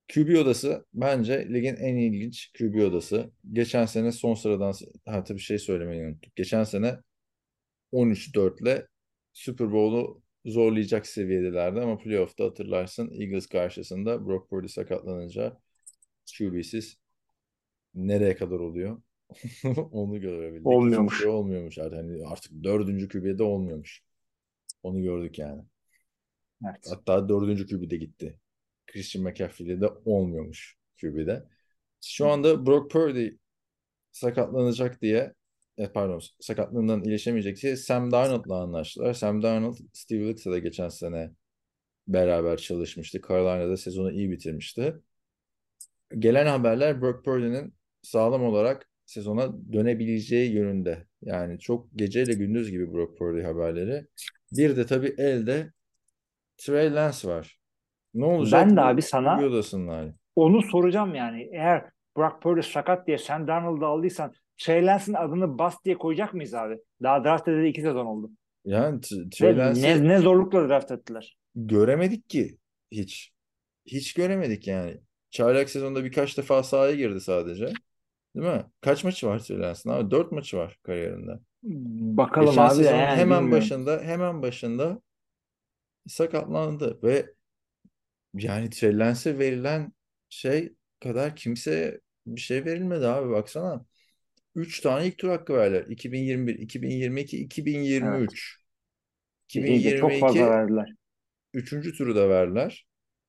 Q B odası bence ligin en ilginç Q B odası. Geçen sene son sıradan ha tabii şey söylemeyi unuttuk. Geçen sene on üç dörtle Super Bowl'u zorlayacak seviyedelerdi ama playoff'ta hatırlarsın Eagles karşısında Brock Purdy sakatlanınca Q B'siz nereye kadar oluyor? Onu görebildik. Hiçbir şey Olmuyormuş. olmuyormuş artık. Hani artık dördüncü Q B'de olmuyormuş. Onu gördük yani. Evet. Hatta dördüncü Q B'de gitti. Christian McCaffrey'de de olmuyormuş Q B'de. Şu anda Brock Purdy sakatlanacak diye e, pardon sakatlığından iyileşemeyecek diye Sam Darnold'la anlaştılar. Sam Darnold, Steve Wilkes'le de geçen sene beraber çalışmıştı. Carolina'da sezonu iyi bitirmişti. Gelen haberler Brock Purdy'nin sağlam olarak sezona dönebileceği yönünde. Yani çok geceyle gündüz gibi Brock Purdy haberleri. Bir de tabii elde Trey Lance var. Ne olacak Ben de bu abi Q B sana odasının hali? onu soracağım yani. Eğer Brock Purdy sakat diye Sam Darnold'u aldıysan Trey Lance'in adını bas diye koyacak mıyız abi? Daha draft edildi iki sezon oldu. Yani T- Trey Ve Lance'i ne, ne zorlukla draft ettiler. göremedik ki hiç. Hiç göremedik yani. Çaylak sezonda birkaç defa sahaya girdi sadece. Değil mi? Kaç maçı var Trey Lance'ın abi? Dört maçı var kariyerinde. Bakalım Geçen abi de sezonun yani hemen bilmiyorum. başında hemen başında sakatlandı ve yani Trey Lance'e verilen şey kadar kimseye bir şey verilmedi abi baksana. Üç tane ilk tur hakkı verdiler. iki bin yirmi bir, iki bin yirmi iki, Evet. iki bin yirmi üç. Kesinlikle çok fazla iki bin yirmi iki verdiler. üçüncü turu da verdiler.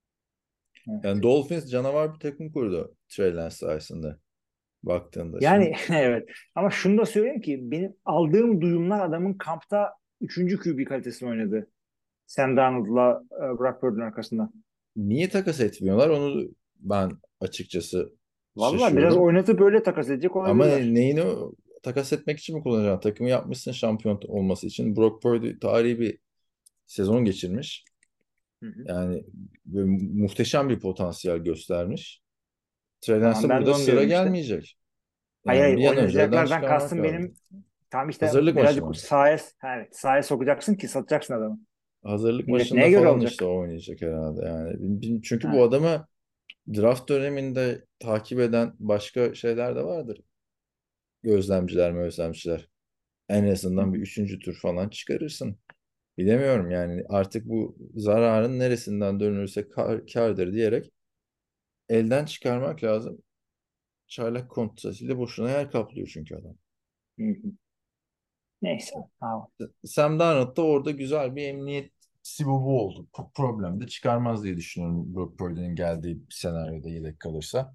Yani Evet. Dolphins canavar bir takım kurdu Trey Lance sayesinde baktığında. Şimdi Yani evet. Ama şunu da söyleyeyim ki benim aldığım duyumlar adamın kampta üçüncü Q B kalitesini oynadı. Sam Darnold'la e, Brock Purdy'nin arkasında. niye takas etmiyorlar onu ben açıkçası Valla biraz şaşıyorum. oynatıp böyle takas edecek Ama olabilirler. neyini takas etmek için mi kullanacaksın? Takımı yapmışsın şampiyon olması için. Brock Purdy tarihi bir sezon geçirmiş. Hı hı. Yani böyle muhteşem bir potansiyel göstermiş. Trey Tamam Lance'a ben de burada onu sıra diyorum işte. gelmeyecek. Hayır Yani hayır bir an önce elden oynatacaklardan çıkarmak kastım lazım. benim tam işte Hazırlık maçı birazcık mı? sahaya, evet, sahaya sokacaksın ki satacaksın adamı. Hazırlık Millet maçında neye göre falan işte alacak? o oynayacak herhalde. Yani bin- çünkü bu Ha. adamı draft döneminde takip eden başka şeyler de vardır. Gözlemciler, gözlemciler. En Hı azından bir hı. üçüncü tur falan çıkarırsın. Bilemiyorum yani artık bu zararın neresinden dönülürse kar, kârdır diyerek elden çıkarmak lazım. Çaylak kontratıyla boşuna yer kaplıyor çünkü adam. Hı hı. Neyse. Tamam. Sam Darnold da orada güzel bir emniyet sibobu oldu. Pro- Problem de çıkarmaz diye düşünüyorum Brock Purdy'nin geldiği bir senaryoda yedek kalırsa.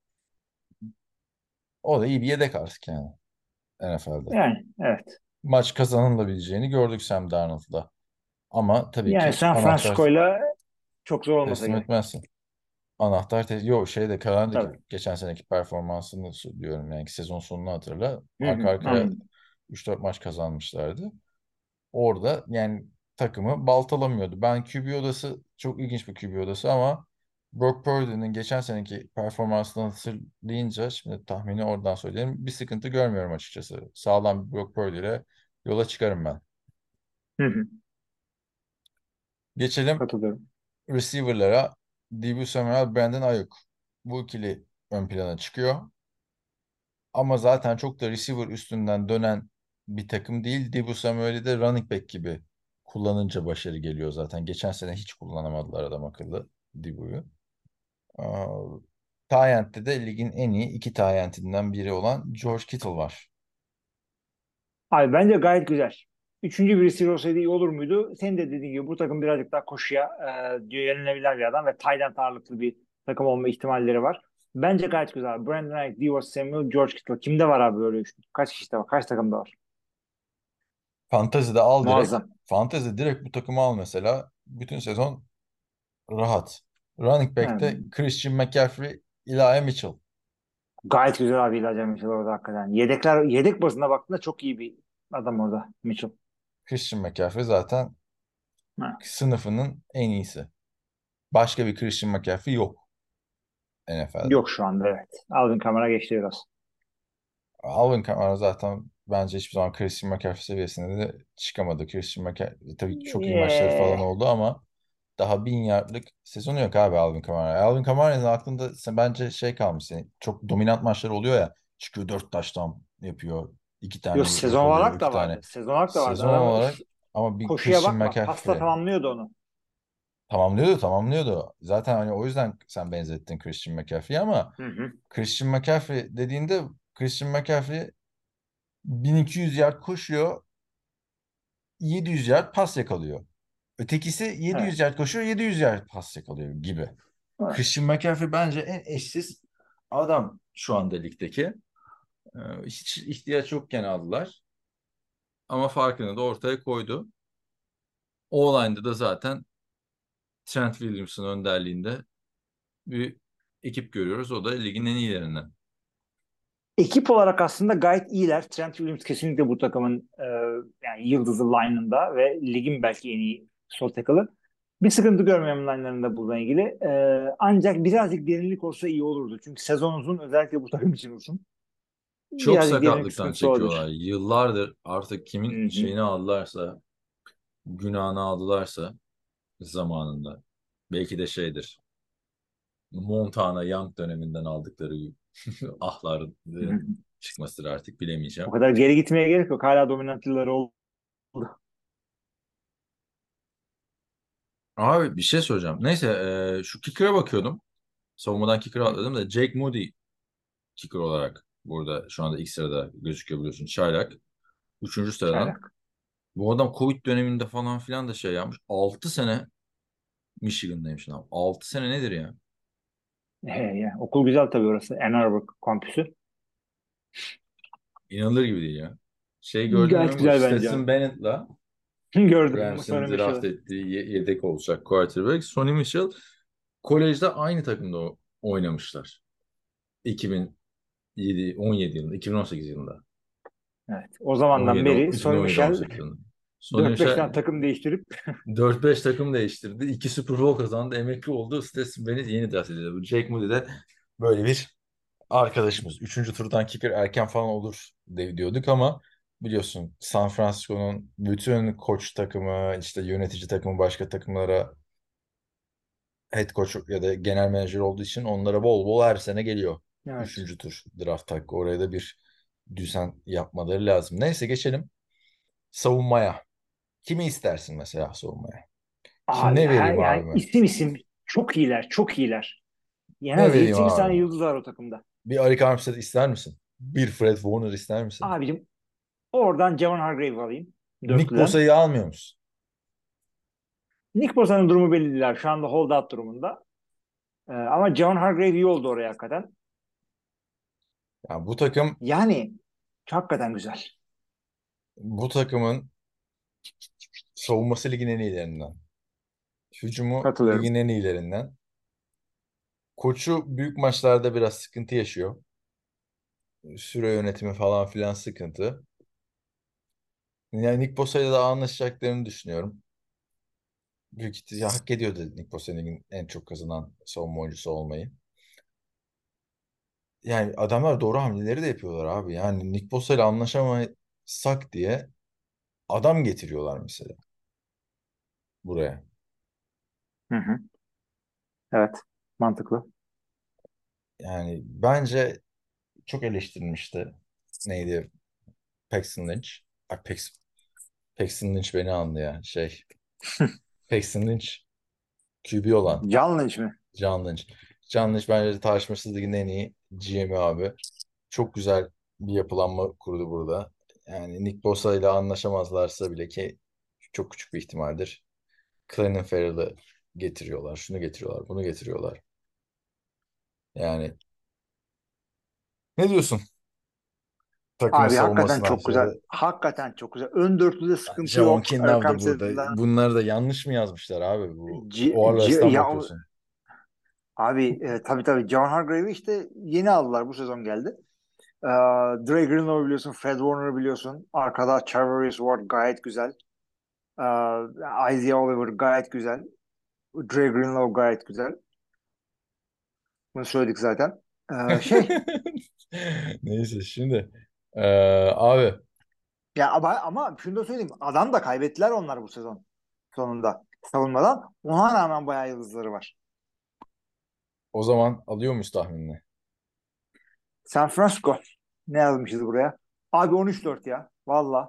O da iyi bir yedek artık yani N F L'de. Yani evet. Maç kazanılabileceğini gördük Sam Darnold'la. Ama tabii Yani ki San anahtar Francisco'yla çok zor olmasa teslim gerek. etmezsin. Anahtar te yok şeyde Carolina'daki Tabii. geçen seneki performansını diyorum yani sezon sonunu hatırla. Hı Arka hı. arkaya Anladım. üç dört maç kazanmışlardı. Orada yani takımı baltalamıyordu. Ben Q B odası çok ilginç bir Q B odası ama Brock Purdy'nin geçen seneki performansını hatırlayınca şimdi tahmini oradan söyleyeyim. Bir sıkıntı görmüyorum açıkçası. Sağlam bir Brock Purdy ile yola çıkarım ben. Hı hı. Geçelim Katılıyorum. receiver'lara. Deebo Samuel, Brandon Ayuk. Bu ikili ön plana çıkıyor. Ama zaten çok da receiver üstünden dönen bir takım değil. Deebo Samuel'i de running back gibi kullanınca başarı geliyor zaten. Geçen sene hiç kullanamadılar adam akıllı Deebo'yu. Tyent'te de ligin en iyi iki Tyent'inden biri olan George Kittle var. Abi bence gayet güzel. Üçüncü bir receiver olsaydı iyi olur muydu? Senin de dediğin gibi bu takım birazcık daha koşuya e, yönelebilen bir adam ve tight end ağırlıklı bir takım olma ihtimalleri var. Bence gayet güzel. Brandon Ayuk, Deebo Samuel, George Kittle. Kimde var abi böyle üçlü? Kaç kişide var? Kaç takımda var? Fantazi'de al direkt. Muazzam. Fantezi direkt bu takımı al mesela. Bütün sezon rahat. Running back'te Yani Christian McCaffrey, Elijah Mitchell. gayet güzel abi ilacı Mitchell orada hakikaten. Yedekler, yedek bazına baktığında çok iyi bir adam orada Mitchell. Christian McCaffrey zaten Ha. sınıfının en iyisi. Başka bir Christian McCaffrey yok N F L'de. Yok şu anda evet. Alvin Kamara geçti biraz. Alvin Kamara zaten bence hiçbir zaman Christian McCaffrey seviyesinde de çıkamadı. Christian McCaffrey tabii ki çok iyi maçları falan Ee, oldu ama Daha bin yardlık sezonu yok abi Alvin Kamara. Alvin Kamara'nın aklında sen, bence şey kalmış senin. Çok dominant maçları oluyor ya. Çıkıyor dört taştan yapıyor. iki Yok, tane sezon yakalıyor. olarak iki da tane. vardı. Sezon olarak da vardı. Sezon Adam olarak ama bir koşuya Christian bakma. Pasla McCaffrey tamamlıyordu onu. tamamlıyordu tamamlıyordu. Zaten hani o yüzden sen benzettin Christian McCaffrey'i ama Hı hı. Christian McCaffrey dediğinde Christian McCaffrey bin iki yüz yard koşuyor, yedi yüz yard pas yakalıyor. Ötekisi yedi yüz Evet. yard koşuyor, yedi yüz yard pas yakalıyor gibi. Evet. Christian McCaffrey bence en eşsiz adam şu anda ligdeki. Ee, hiç ihtiyaç yokken aldılar. Ama farkını da ortaya koydu. O olayında da zaten Trent Williams'ın önderliğinde bir ekip görüyoruz. O da ligin en iyilerinden. Ekip olarak aslında gayet iyiler. Trent Williams kesinlikle bu takımın e, yani yıldızı line'ında ve ligin belki en iyi sol tackle'ı. Bir sıkıntı görmüyorum line'larında bununla ilgili. E, ancak birazcık derinlik olsa iyi olurdu. Çünkü sezon uzun, özellikle bu takım için uzun. Çok Birazcık derinlik sakatlıktan sıkıntısı olabilir. çekiyorlar. Yıllardır artık Hı kimin hı. şeyini aldılarsa, günahını aldılarsa zamanında. Belki de şeydir. Montana Young döneminden aldıkları ahların Hı hı. çıkmasıdır artık O bilemeyeceğim. kadar geri gitmeye gerek yok. Hala dominant yılları oldu. Abi bir şey soracağım. Neyse e, şu kicker'a bakıyordum. Savunmadan kicker'a Hı. atladım da Jake Moody kicker olarak burada şu anda ilk sırada gözüküyor biliyorsun. Çaylak. Üçüncü sıradan. Çaylak. Bu adam Covid döneminde falan filan da şey yapmış. Altı sene Michigan'daymış lan. Altı sene nedir ya? He, ya. Okul güzel tabii orası. Ann Arbor kampüsü. İnanılır gibi değil ya. Şey gördün Gayet mü bu güzel bence Stetson abi. Bennett'la Gördüm. Rams'in Sonra draft Mitchell'ı. ettiği ye- yedek olacak quarterback. Sonny Michel kolejde aynı takımda o- oynamışlar. iki bin yedi, on yedi yılında, iki bin on sekiz yılında. Evet. O zamandan on yedi, beri iki bin Sonny on yedi Michel on sekiz yılında. Sonny dört beş Michel tane takım değiştirip dört beş takım değiştirdi. iki Super Bowl kazandı. Emekli oldu. Stetson Bennett yeni draft edildi. Bu Jake Moody de böyle bir arkadaşımız. Üçüncü turdan kicker erken falan olur de- diyorduk ama biliyorsun San Francisco'nun bütün koç takımı, işte yönetici takımı başka takımlara head coach ya da genel menajer olduğu için onlara bol bol her sene geliyor. evet. Üçüncü tur draft hakkı. Oraya da bir düzen yapmaları lazım. Neyse geçelim savunmaya. Kimi istersin mesela savunmaya? Kim Abi ne her, vereyim yani abime? isim isim çok iyiler. Çok iyiler. En Ne az vereyim yedi sekiz tane abi? yıldız var o takımda. Bir Arik Armstead ister misin? Bir Fred Warner ister misin? Abicim oradan Javon Hargrave alayım. Nick Dörtlüden. Bosa'yı almıyor musun? Nick Bosa'nın durumu belli değil. Şu anda holdout durumunda. Ee, ama Javon Hargrave iyi oldu oraya hakikaten. Yani bu takım Yani hakikaten güzel. bu takımın savunması ligin en iyilerinden. Hücumu ligin Katılıyorum. en iyilerinden. Koçu büyük maçlarda biraz sıkıntı yaşıyor. Süre yönetimi falan filan sıkıntı. Yani Nick Bosa'yla da anlaşacaklarını düşünüyorum. Büyük ihtimalle hak ediyordu Nick Bosa ligin en çok kazanan savunma oyuncusu olmayı. Yani adamlar doğru hamleleri de yapıyorlar abi. Yani Nick Bosa ile anlaşamasak diye adam getiriyorlar mesela buraya. Hı hı. Evet. Mantıklı. Yani bence çok eleştirilmişti. Neydi? Paxton Lynch. Ay, Pax, Paxton Lynch beni andı ya. Şey, Paxton Lynch Q B olan Yanlış mı? John Lynch. John Lynch bence tartışmasız ligin en iyi G M'i abi. Çok güzel bir yapılanma kurdu burada. Yani Nick Bosa ile anlaşamazlarsa bile ki çok küçük bir ihtimaldir. Clelin Ferrell'ı getiriyorlar. Şunu getiriyorlar. Bunu getiriyorlar. Yani ne diyorsun takımın Abi hakikaten savunmasına? çok Ya güzel. da Hakikaten çok güzel. Ön dörtlüde sıkıntı Javon yok. Kinlaw da burada. Arkams'dan Bunları da yanlış mı yazmışlar abi? Bu C, o C- Arlar'dan ya bakıyorsun. abi e, tabii tabii John Hargrave'i işte yeni aldılar. Bu sezon geldi. Ee, Dre Greenlaw biliyorsun. Fred Warner biliyorsun. Arkada Charvarius Ward gayet güzel. Ee, Isaiah Oliver gayet güzel. Dre Greenlaw gayet güzel. Bunu söyledik zaten. Ee, şey Neyse şimdi Ee, abi ya ama, ama şunu da söyleyeyim. Adam da kaybettiler onlar bu sezon sonunda. savunmadan. Ona rağmen bayağı yıldızları var. O zaman alıyor muyuz tahminini? San Francisco. Ne yazmışız buraya? Abi on üç dört ya. Valla.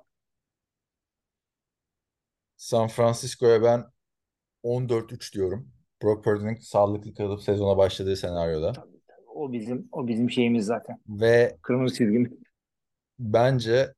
San Francisco'ya ben on dört üç diyorum. Brock Purdy'nin sağlıklı kalıp sezona başladığı senaryoda. O bizim o bizim şeyimiz zaten. Ve Kırmızı çizgimiz. bence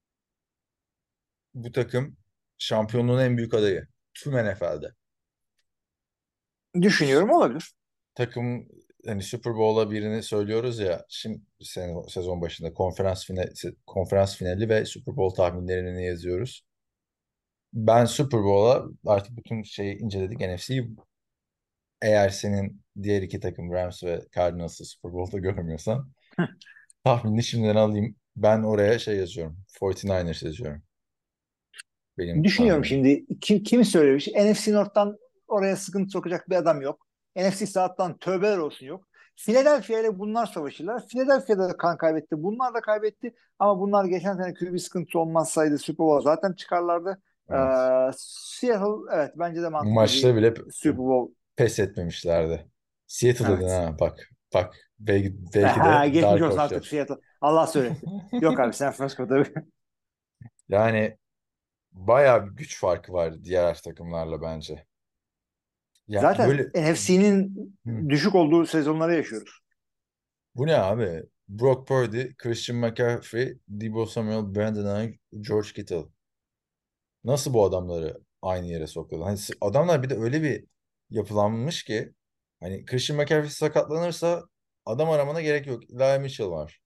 bu takım şampiyonluğun en büyük adayı. Tüm N F L'de. Düşünüyorum, olabilir. Takım hani Super Bowl'a birini söylüyoruz ya şimdi sene- sezon başında konferans finali, konferans finali ve Super Bowl tahminlerini yazıyoruz. Ben Super Bowl'a artık bütün şeyi inceledik N F C'yi. Eğer senin diğer iki takım Rams ve Cardinals'ı Super Bowl'da görmüyorsan tahminini şimdiden alayım. Ben oraya şey yazıyorum. kırk dokuzers yazıyorum. Benim Düşünüyorum tahminim. şimdi kim kim söylemiş? N F C North'tan oraya sıkıntı sokacak bir adam yok. N F C South'tan tövbeler olsun yok. Philadelphia ile bunlar savaşırlar. Philadelphia'da da kan kaybetti. Bunlar da kaybetti. Ama bunlar geçen sene Q B sıkıntısı olmazsaydı Super Bowl zaten çıkarlardı. Ee, Evet. Seattle, evet, bence de Bu mantıklı maçta bir bile Super Bowl. pes etmemişlerdi. Seattle dedin Evet. ha bak. Bak belki, belki Ha, de geçmiş Dark olsun Horse artık yap. Seattle. Allah söylesin. Yok abi, San Francisco tabii. Yani bayağı bir güç farkı var diğer takımlarla bence. Ya Zaten böyle N F C'nin hı. düşük olduğu sezonları yaşıyoruz. Bu ne abi? Brock Purdy, Christian McCaffrey, Deebo Samuel, Brandon Ayuk, George Kittle. Nasıl bu adamları aynı yere sokuyorlar? Hani s- adamlar bir de öyle bir yapılanmış ki hani Christian McCaffrey sakatlanırsa adam aramana gerek yok. Eli Mitchell var.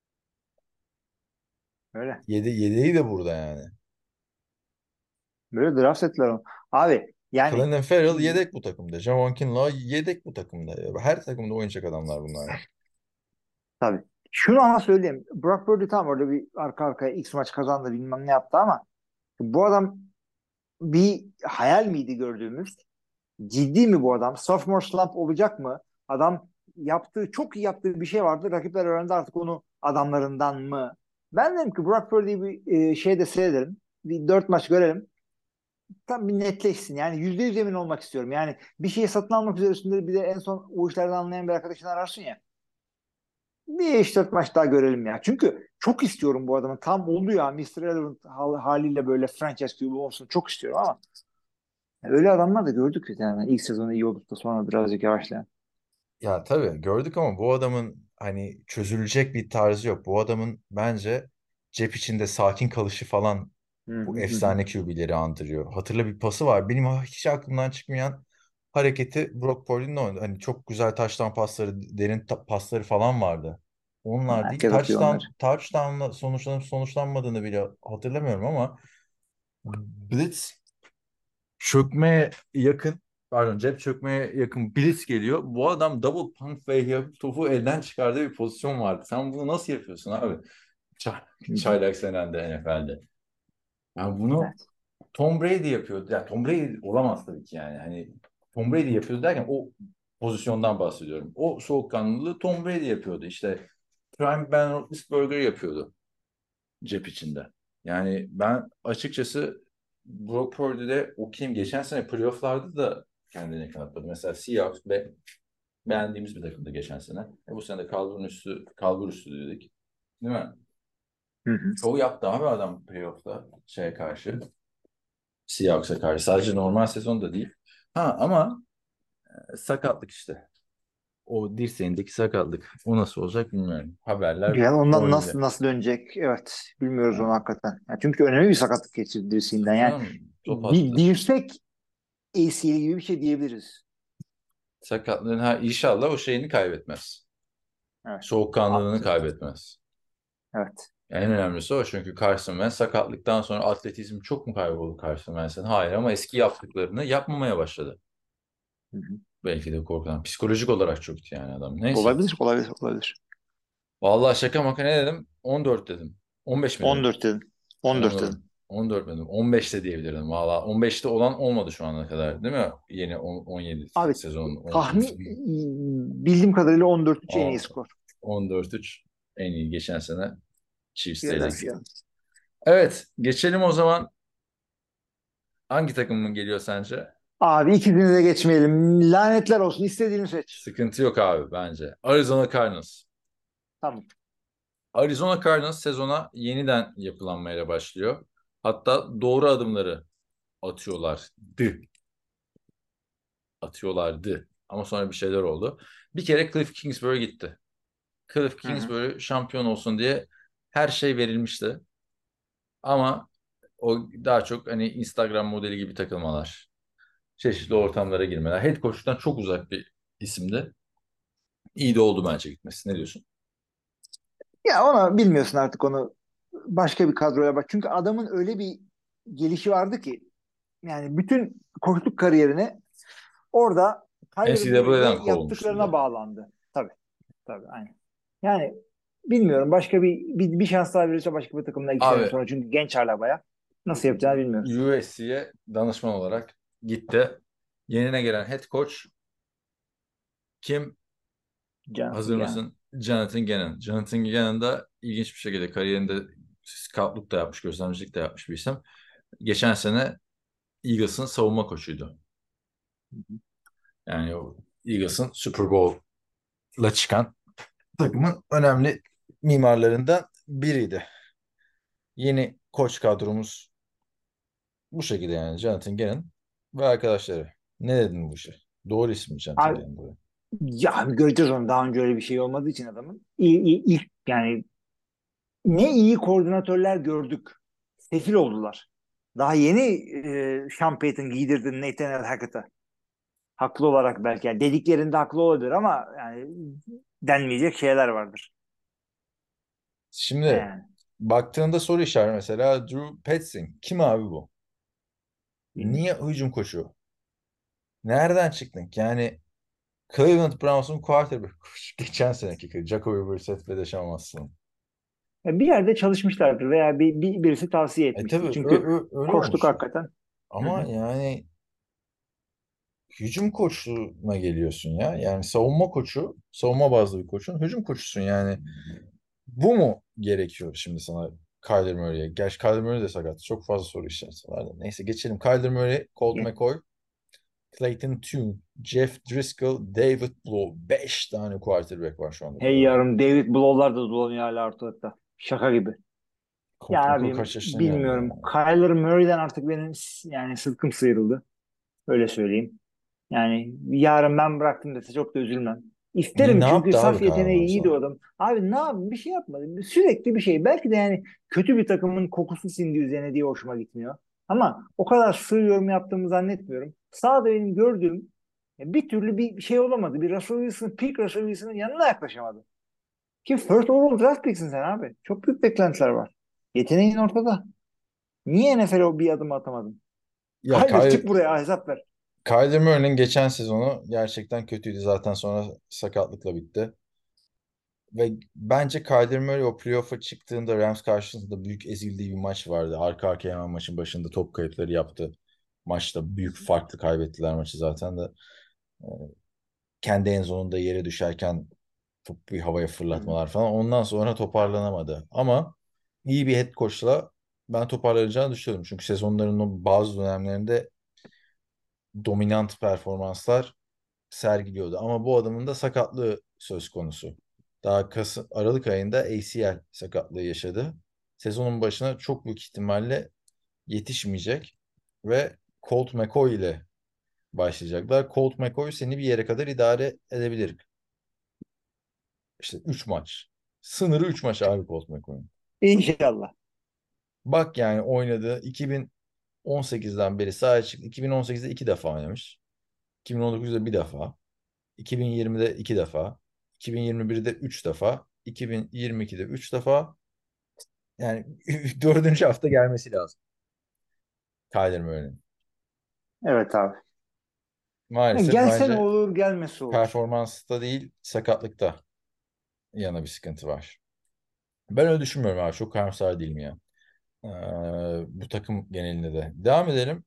Öyle. Yede yedeği de burada yani. Böyle draft ettiler onu. Abi yani Clelin Ferrell yedek bu takımda. Javon Kinlaw yedek bu takımda. Her takımda oynayacak adamlar bunlar ya. tabii. Şunu ama söyleyeyim. Brock Purdy tam orada bir arka arkaya X maç kazandı, bilmem ne yaptı ama bu adam bir hayal miydi gördüğümüz? Ciddi mi bu adam? Sophomore slump olacak mı? Adam yaptığı, çok iyi yaptığı bir şey vardı. Rakipler öğrendi artık onu adamlarından mı? Ben dedim ki Brock Purdy'yi bir e, şeyde seyredelim. Bir dört maç görelim. Tam bir netleşsin. Yani yüzde yüz emin olmak istiyorum. Yani bir şeyi satın almak üzere üstünde bir de en son o işlerden anlayan bir arkadaşını ararsın ya. Bir üç dört maç daha görelim ya. Çünkü çok istiyorum bu adamın. Tam oldu ya. mister Relevant hal- haliyle böyle franchise Q B olsun çok istiyorum ama öyle adamlar da gördük biz yani. İlk sezonu iyi olup da sonra birazcık yavaşlayan. Ya tabii gördük ama bu adamın hani çözülecek bir tarzı yok. Bu adamın bence cep içinde sakin kalışı falan Hı bu hı hı. Hı. efsane Q B'leri andırıyor. Hatırla bir pası var. Benim hiç aklımdan çıkmayan hareketi Brock Purdy'nin oynadı. Hani çok güzel taştan pasları, derin ta- pasları falan vardı. Onlar değil. Herkes atıyor onları. Touchdown, touchdown'la sonuçlanıp sonuçlanmadığını bile hatırlamıyorum ama Blitz çökmeye yakın, pardon, cep çökmeye yakın blitz geliyor. Bu adam double pump fake yapıp topu elden çıkardığı bir pozisyon vardı. Sen bunu nasıl yapıyorsun abi? Çay, Hı hı. çaylak senende N F L'de. Yani bunu Evet. Tom Brady yapıyordu. Yani Tom Brady olamaz tabii ki yani. Hani Tom Brady yapıyordu derken o pozisyondan bahsediyorum. O soğukkanlılığı Tom Brady yapıyordu. İşte Prime Ben Roethlisberger yapıyordu cep içinde. Yani ben açıkçası Brock Purdy'de okuyayım. Geçen sene playoff'larda da kendini kanıtladı. Mesela Seahawks be, beğendiğimiz bir takımdı geçen sene. E bu sene de kalbur üstü, kalbur üstü dedik. Değil mi? Hı hı. Çoğu yaptı abi adam playoff'ta şeye karşı. Seahawks'a karşı. Sadece normal sezonda değil. Ha ama e, sakatlık işte. O dirseğindeki sakatlık. O nasıl olacak bilmiyorum. Haberler Yani o ondan yönde. nasıl nasıl dönecek? Evet. Bilmiyoruz onu Ha. hakikaten. Yani çünkü önemli bir sakatlık geçirdi dirseğinden. Tabii Yani canım top di- attı. dirsek A C L gibi bir şey diyebiliriz. Sakatlığın ha inşallah o şeyini kaybetmez. Evet. Soğukkanlılığını Attı. kaybetmez. Evet. En önemlisi o çünkü Carson Wentz sakatlıktan sonra atletizm çok mu kayboldu Carson Wentz'in? Hayır ama eski yaptıklarını yapmamaya başladı. Hı hı. Belki de korkudan. Psikolojik olarak çöktü yani adam. Neyse. Olabilir, olabilir, olabilir. Vallahi şaka maka ne dedim? on dört dedim. on beş mi dedim? on dört dedim. on dört on dört. dedim. on dört dedim. on beş de diyebilirdim. Vallahi on beşte olan olmadı şu ana kadar. Değil mi? Yeni on- 17 Abi sezon tahmin bildiğim kadarıyla on dört üç en iyi skor. on dört üç en iyi geçen sene Chiefs'teydik. Philadelphia. Evet, geçelim o zaman. Hangi takımın geliyor sence? Abi ikisini de geçmeyelim. Lanetler olsun. İstediğini seç. Sıkıntı yok abi bence. Arizona Cardinals. Tamam. Arizona Cardinals sezona yeniden yapılanmaya başlıyor. Hatta doğru adımları atıyorlardı. Atıyorlardı. Ama sonra bir şeyler oldu. Bir kere Cliff Kingsbury gitti. Cliff Hı hı. Kingsbury şampiyon olsun diye her şey verilmişti. Ama o daha çok hani Instagram modeli gibi takılmalar, çeşitli ortamlara girmeler. Head coach'tan çok uzak bir isimdi. İyi de oldu bence gitmesi. Ne diyorsun? Ya ona bilmiyorsun artık onu. Başka bir kadroya bak. Çünkü adamın öyle bir gelişi vardı ki yani bütün koçluk kariyerini orada Kyler Murray ile N C A A'den kovulmuştu bir yaptıklarına de. bağlandı. Tabii. Tabii. Aynen. Yani bilmiyorum. Başka bir, bir, bir şans daha verirse başka bir takımda iki sene Abi sonra. Çünkü genç hala baya. Nasıl yapacağını bilmiyoruz. U S C'ye danışman olarak gitti. Yenine gelen head coach kim? Jonathan Hazır Gannon. mısın? Jonathan Gannon. Jonathan Gannon da ilginç bir şekilde kariyerinde scoutluk da yapmış, gözlemcilik de yapmış bir isim. Geçen sene Eagles'ın savunma koçuydu. Yani o Eagles'ın Super Bowl'la çıkan takımın önemli mimarlarından biriydi. Yeni koç kadromuz bu şekilde yani. Jonathan Gannon ve arkadaşları. Ne dedin bu işe? Doğru ismi Jonathan Abi, Gannon bu. ya göreceğiz onu. Daha önce öyle bir şey olmadığı için adamın. İyi, iyi, ilk yani ne iyi koordinatörler gördük. Sefil oldular. Daha yeni e, Sean Payton giydirdi Nathaniel Hackett'a. Haklı olarak belki. Yani dediklerinde haklı olabilir ama yani denmeyecek şeyler vardır. Şimdi Yani baktığında soru işareti mesela Drew Petzing. Kim abi bu? bilmiyorum. Niye hücum koçu? Nereden çıktın? Yani Cleveland Browns'un quarterback geçen seneki Jacoby Brissett ve Deshaun Watson. Ya bir yerde çalışmışlardır veya bir, bir birisi tavsiye E tabii etmiştir. ö- Çünkü ö- öyle koçluk olmuştu. hakikaten. Hı Ama hı. yani hücum koçluğuna geliyorsun ya. Yani savunma koçu, savunma bazlı bir koçun hücum koçusun yani. Bu mu gerekiyor şimdi sana Kyler Murray'e? Gerçi Kyler Murray de sakat. Çok fazla soru işareti var da. Neyse geçelim. Kyler Murray, Colt Ya- McCoy, Clayton Tune, Jeff Driscoll, David Blough. Beş tane quarterback var şu anda Hey kadroda. yarım David Blow'lar da dolanıyor hala ortalıkta. Şaka gibi. Ya Colt McCoy abim kaç yaşına geldi bilmiyorum. ya? Kyler Murray'den artık benim s- yani sıtkım sıyrıldı. Öyle söyleyeyim. Yani yarın ben bıraktım dese çok da üzülmem. Ne, İsterim ne çünkü yaptı abi saf Kyler yeteneği Murray iyiydi o sana? adam. Abi ne yapayım bir şey yapmadım. Sürekli bir şey. Belki de yani kötü bir takımın kokusu sindi üzerine diye hoşuma gitmiyor. Ama o kadar sığ yorum yaptığımı zannetmiyorum. Sağda benim gördüğüm e, bir türlü bir şey olamadı. Bir Russell Wilson, peak Russell Wilson'ın yanına yaklaşamadı. Ki first overall draft picksin sen abi. Çok büyük beklentiler var. Yeteneğin ortada. Niye N F L'e o bir adım atamadın? Ya Kyler Kyler, çık buraya hesap ver. Kyler Murray'nin geçen sezonu gerçekten kötüydü. Zaten sonra sakatlıkla bitti. Ve bence Kyler Murray o playoff'a çıktığında Rams karşısında büyük ezildiği bir maç vardı. Arka arkaya hemen maçın başında top kayıpları yaptı. Maçta büyük farklı kaybettiler maçı zaten de. Ee, Kendi en zonunda yere düşerken topu bir havaya Hı hı. fırlatmalar falan. Ondan sonra toparlanamadı. Ama iyi bir head coach'la ben toparlanacağını düşünüyorum. Çünkü sezonların o bazı dönemlerinde dominant performanslar sergiliyordu. Ama bu adamın da sakatlığı söz konusu. Daha Kasım, Aralık ayında A C L sakatlığı yaşadı. Sezonun başına çok büyük ihtimalle yetişmeyecek ve Colt McCoy ile başlayacaklar. Colt McCoy seni bir yere kadar idare edebilir. İşte üç maç. Sınırı üç maç abi Colt McCoy'un. İnşallah. Bak yani oynadı. iki bin on sekizden beri sahaya çıktı. iki bin on sekizde iki defa oynamış. iki bin on dokuzda bir defa. iki bin yirmide iki defa. iki bin yirmi birde üç defa. iki bin yirmi ikide üç defa. Yani dördüncü hafta gelmesi lazım. Kyler Murray'nin. Evet abi. Ya Maalesef gelse ne bence olur, gelmesi olur. performansta değil sakatlıkta yana bir sıkıntı var. Ben öyle düşünmüyorum abi. Çok karamsar değilim ya. Ee, Bu takım genelinde de. Devam edelim.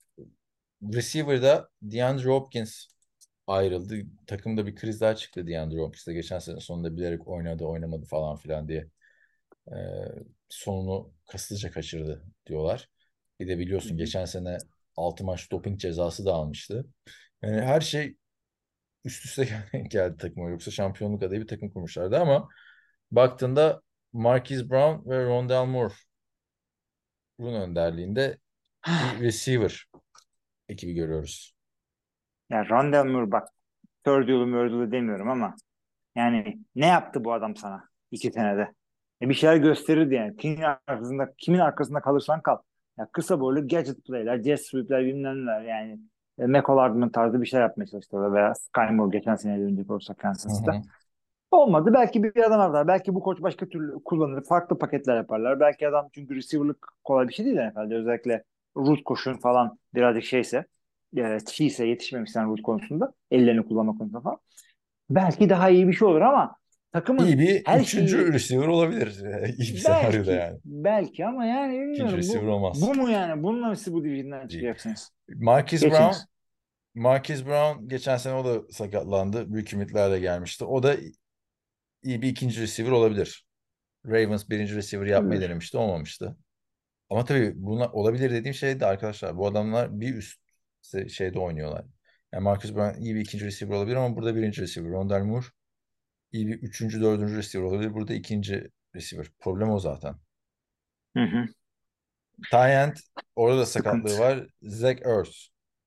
Receiver'da DeAndre Hopkins ayrıldı. Takımda bir kriz daha çıktı DeAndre Hopkins'te. Geçen sene sonunda bilerek oynadı, oynamadı falan filan diye. Ee, Sonunu kasıtlıca kaçırdı diyorlar. Bir de Hı biliyorsun hı. geçen sene altı maç doping cezası da almıştı. Yani her şey üst üste geldi takıma. Yoksa şampiyonluk adayı bir takım kurmuşlardı ama baktığında Marquise Brown ve Rondale Moore'un önderliğinde bir receiver ekibi görüyoruz. Ya Rondale Moore bak, third yolu mördülü demiyorum ama yani ne yaptı bu adam sana iki senede? E bir şeyler gösterirdi yani. Kimin arkasında, kimin arkasında kalırsan kal. Ya kısa boylu gadget play'ler, jet sweep'ler bilmem neler yani. E, Mecole Hardman tarzı bir şey yapmaya çalıştı orada veya Sky Moore geçen sene önce olsa Hı Kansas'ta. hı. Olmadı. Belki bir adam alırlar. Belki bu koç başka türlü kullanır. Farklı paketler yaparlar. Belki adam, çünkü receiver'lık kolay bir şey değil herhalde. Özellikle root koşun falan birazcık şeyse, e, çiğse, yetişmemişsen root konusunda, ellerini kullanma konusunda falan. Belki daha iyi bir şey olur ama İyi takımın bir her üçüncü şeyi, receiver olabilir. İyi bir senaryoda belki yani. belki ama yani İkinci bilmiyorum, receiver bu olmaz. bu mu yani? Bununla mı siz bu division'dan Değil. çıkacaksınız? Marquise Brown Geçiniz. Marquise Brown geçen sene o da sakatlandı. Büyük ümitlerle gelmişti. O da iyi bir ikinci receiver olabilir. Ravens birinci receiver yapmayı Olabilir. denemişti. Olmamıştı. Ama tabii buna olabilir dediğim şey de arkadaşlar. Bu adamlar bir üst se- şeyde oynuyorlar. Yani Marcus Brown iyi bir ikinci receiver olabilir ama burada birinci receiver. Rondale Moore iyi bir üçüncü, dördüncü receiver olabilir. Burada ikinci receiver. Problem o zaten. Hı hı. Tight end orada da sakatlığı Sıkıntı. var. Zach Ertz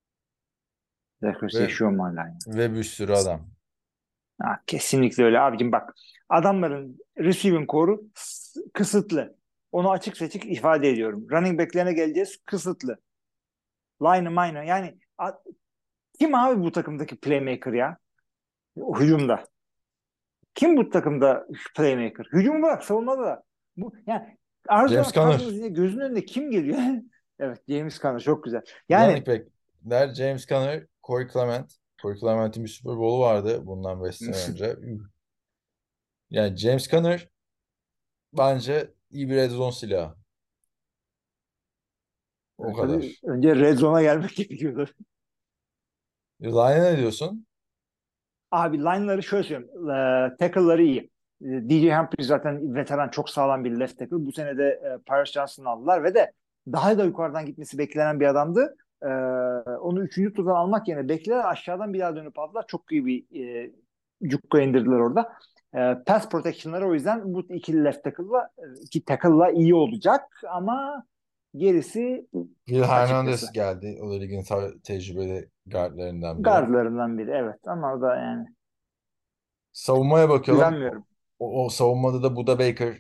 Zekers ve yaşıyor mu hala? ve bir sürü adam. Ha, kesinlikle öyle abicim, bak. Adamların receiving core'u s- kısıtlı. Onu açık seçik ifade ediyorum. Running back'lerine geleceğiz, kısıtlı. Line'ı minor. Yani a- kim abi bu takımdaki playmaker ya? O hücumda. Kim bu takımda playmaker? Hücumu bırak, savunmada da. Bu, yani James Arizona Conner. Cardinals yine gözünün önünde kim geliyor? Evet, James Conner çok güzel. Running Yani back'ler James Conner, Corey Clement. Corey Clement'in bir Super Bowl'u vardı bundan beş sene önce. Yani James Conner bence iyi bir red zone silahı. O tabii kadar. önce red zone'a gelmek gerekiyordu. Ryan'a ne diyorsun? Abi line'ları şöyle söyleyeyim. E, tackle'ları iyi. E, D J Humphries zaten veteran, çok sağlam bir left tackle. Bu sene de e, Paris Johnson'ı aldılar ve de daha da yukarıdan gitmesi beklenen bir adamdı. E, onu üçüncü turdan almak yerine bekler aşağıdan bir daha dönüp aldılar. Çok iyi bir e, cukka indirdiler orada. E, pass protection'ları o yüzden bu ikili left tackle'la, e, iki tackle'la iyi olacak ama gerisi Will açıkçası. Hernandez geldi. O da ligin te- tecrübeli guardlarından biri. Guardlarından biri, evet, ama o da yani Savunmaya bakalım. O, güvenmiyorum. o savunmada da Buda Baker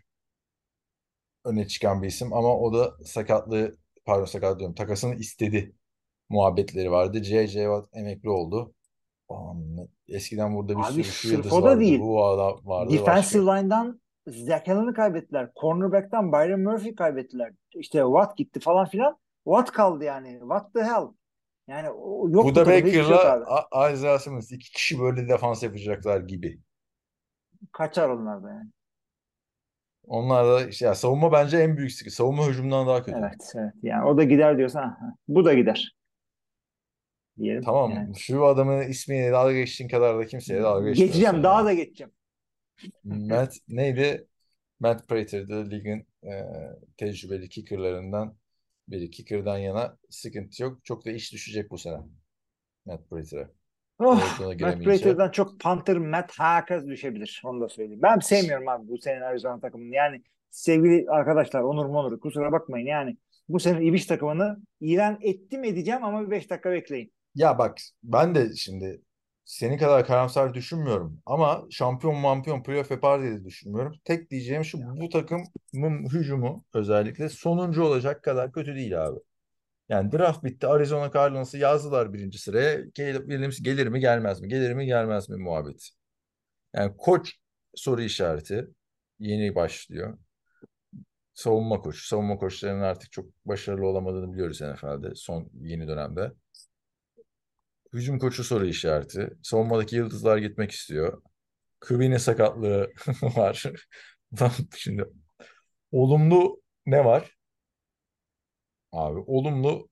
öne çıkan bir isim ama o da sakatlığı, pardon sakat diyorum, takasını istedi muhabbetleri vardı. J J. Watt emekli oldu. Aman, eskiden burada bir Abi sürü şu sırf yıldız o da vardı, değil. bu adam vardı başka. Defensive line'dan Zach Allen'ı kaybettiler. Cornerback'ten Byron Murphy kaybettiler. İşte Watt gitti falan filan. Watt kaldı yani. What the hell? Yani o- yok, bu Buda takımda hiçbir şey yok Baker'la abi. A- Isaiah Simmons iki kişi böyle defans yapacaklar gibi. Kaçar onlar da yani. Onlar da işte ya savunma bence en büyük sıkıntı. Savunma hücumdan daha kötü. Evet, evet. Yani o da gider diyorsan, ha, bu da gider diyelim. Yani Tamam, şu adamın ismiyle dalga geçtiğin kadar da kimseye dalga geçmiyorsun geçeceğim, daha ya. da geçeceğim. Matt neydi? Matt Prater'dı ligin e, tecrübeli kickerlarından biri. Kicker'dan yana sıkıntı yok. Çok da iş düşecek bu sene Matt Prater'a. Red Oh, zone'a Matt giremeyince. Prater'dan çok Panther Matt Hackers düşebilir. Onu da söyleyeyim. Ben sevmiyorum abi bu senenin Arizona takımını. Yani sevgili arkadaşlar, Onur Monur, kusura bakmayın. Yani bu sene İbiş takımını ilan ettim edeceğim ama bir beş dakika bekleyin. Ya bak ben de şimdi senin kadar karamsar düşünmüyorum ama şampiyon mampiyon playoff yapar diye de düşünmüyorum. Tek diyeceğim şu, bu takımın hücumu özellikle sonuncu olacak kadar kötü değil abi. Yani draft bitti. Arizona Cardinals'ı yazdılar birinci sıraya. Caleb Williams gelir mi gelmez mi? Gelir mi gelmez mi muhabbet. Yani koç soru işareti. Yeni başlıyor. Savunma koçu. Savunma koçlarının artık çok başarılı olamadığını biliyoruz N F L'de son yeni dönemde. Hücum koçu soru işareti. Savunmadaki yıldızlar gitmek istiyor. Kıvine sakatlığı var. Şimdi olumlu ne var? Abi olumlu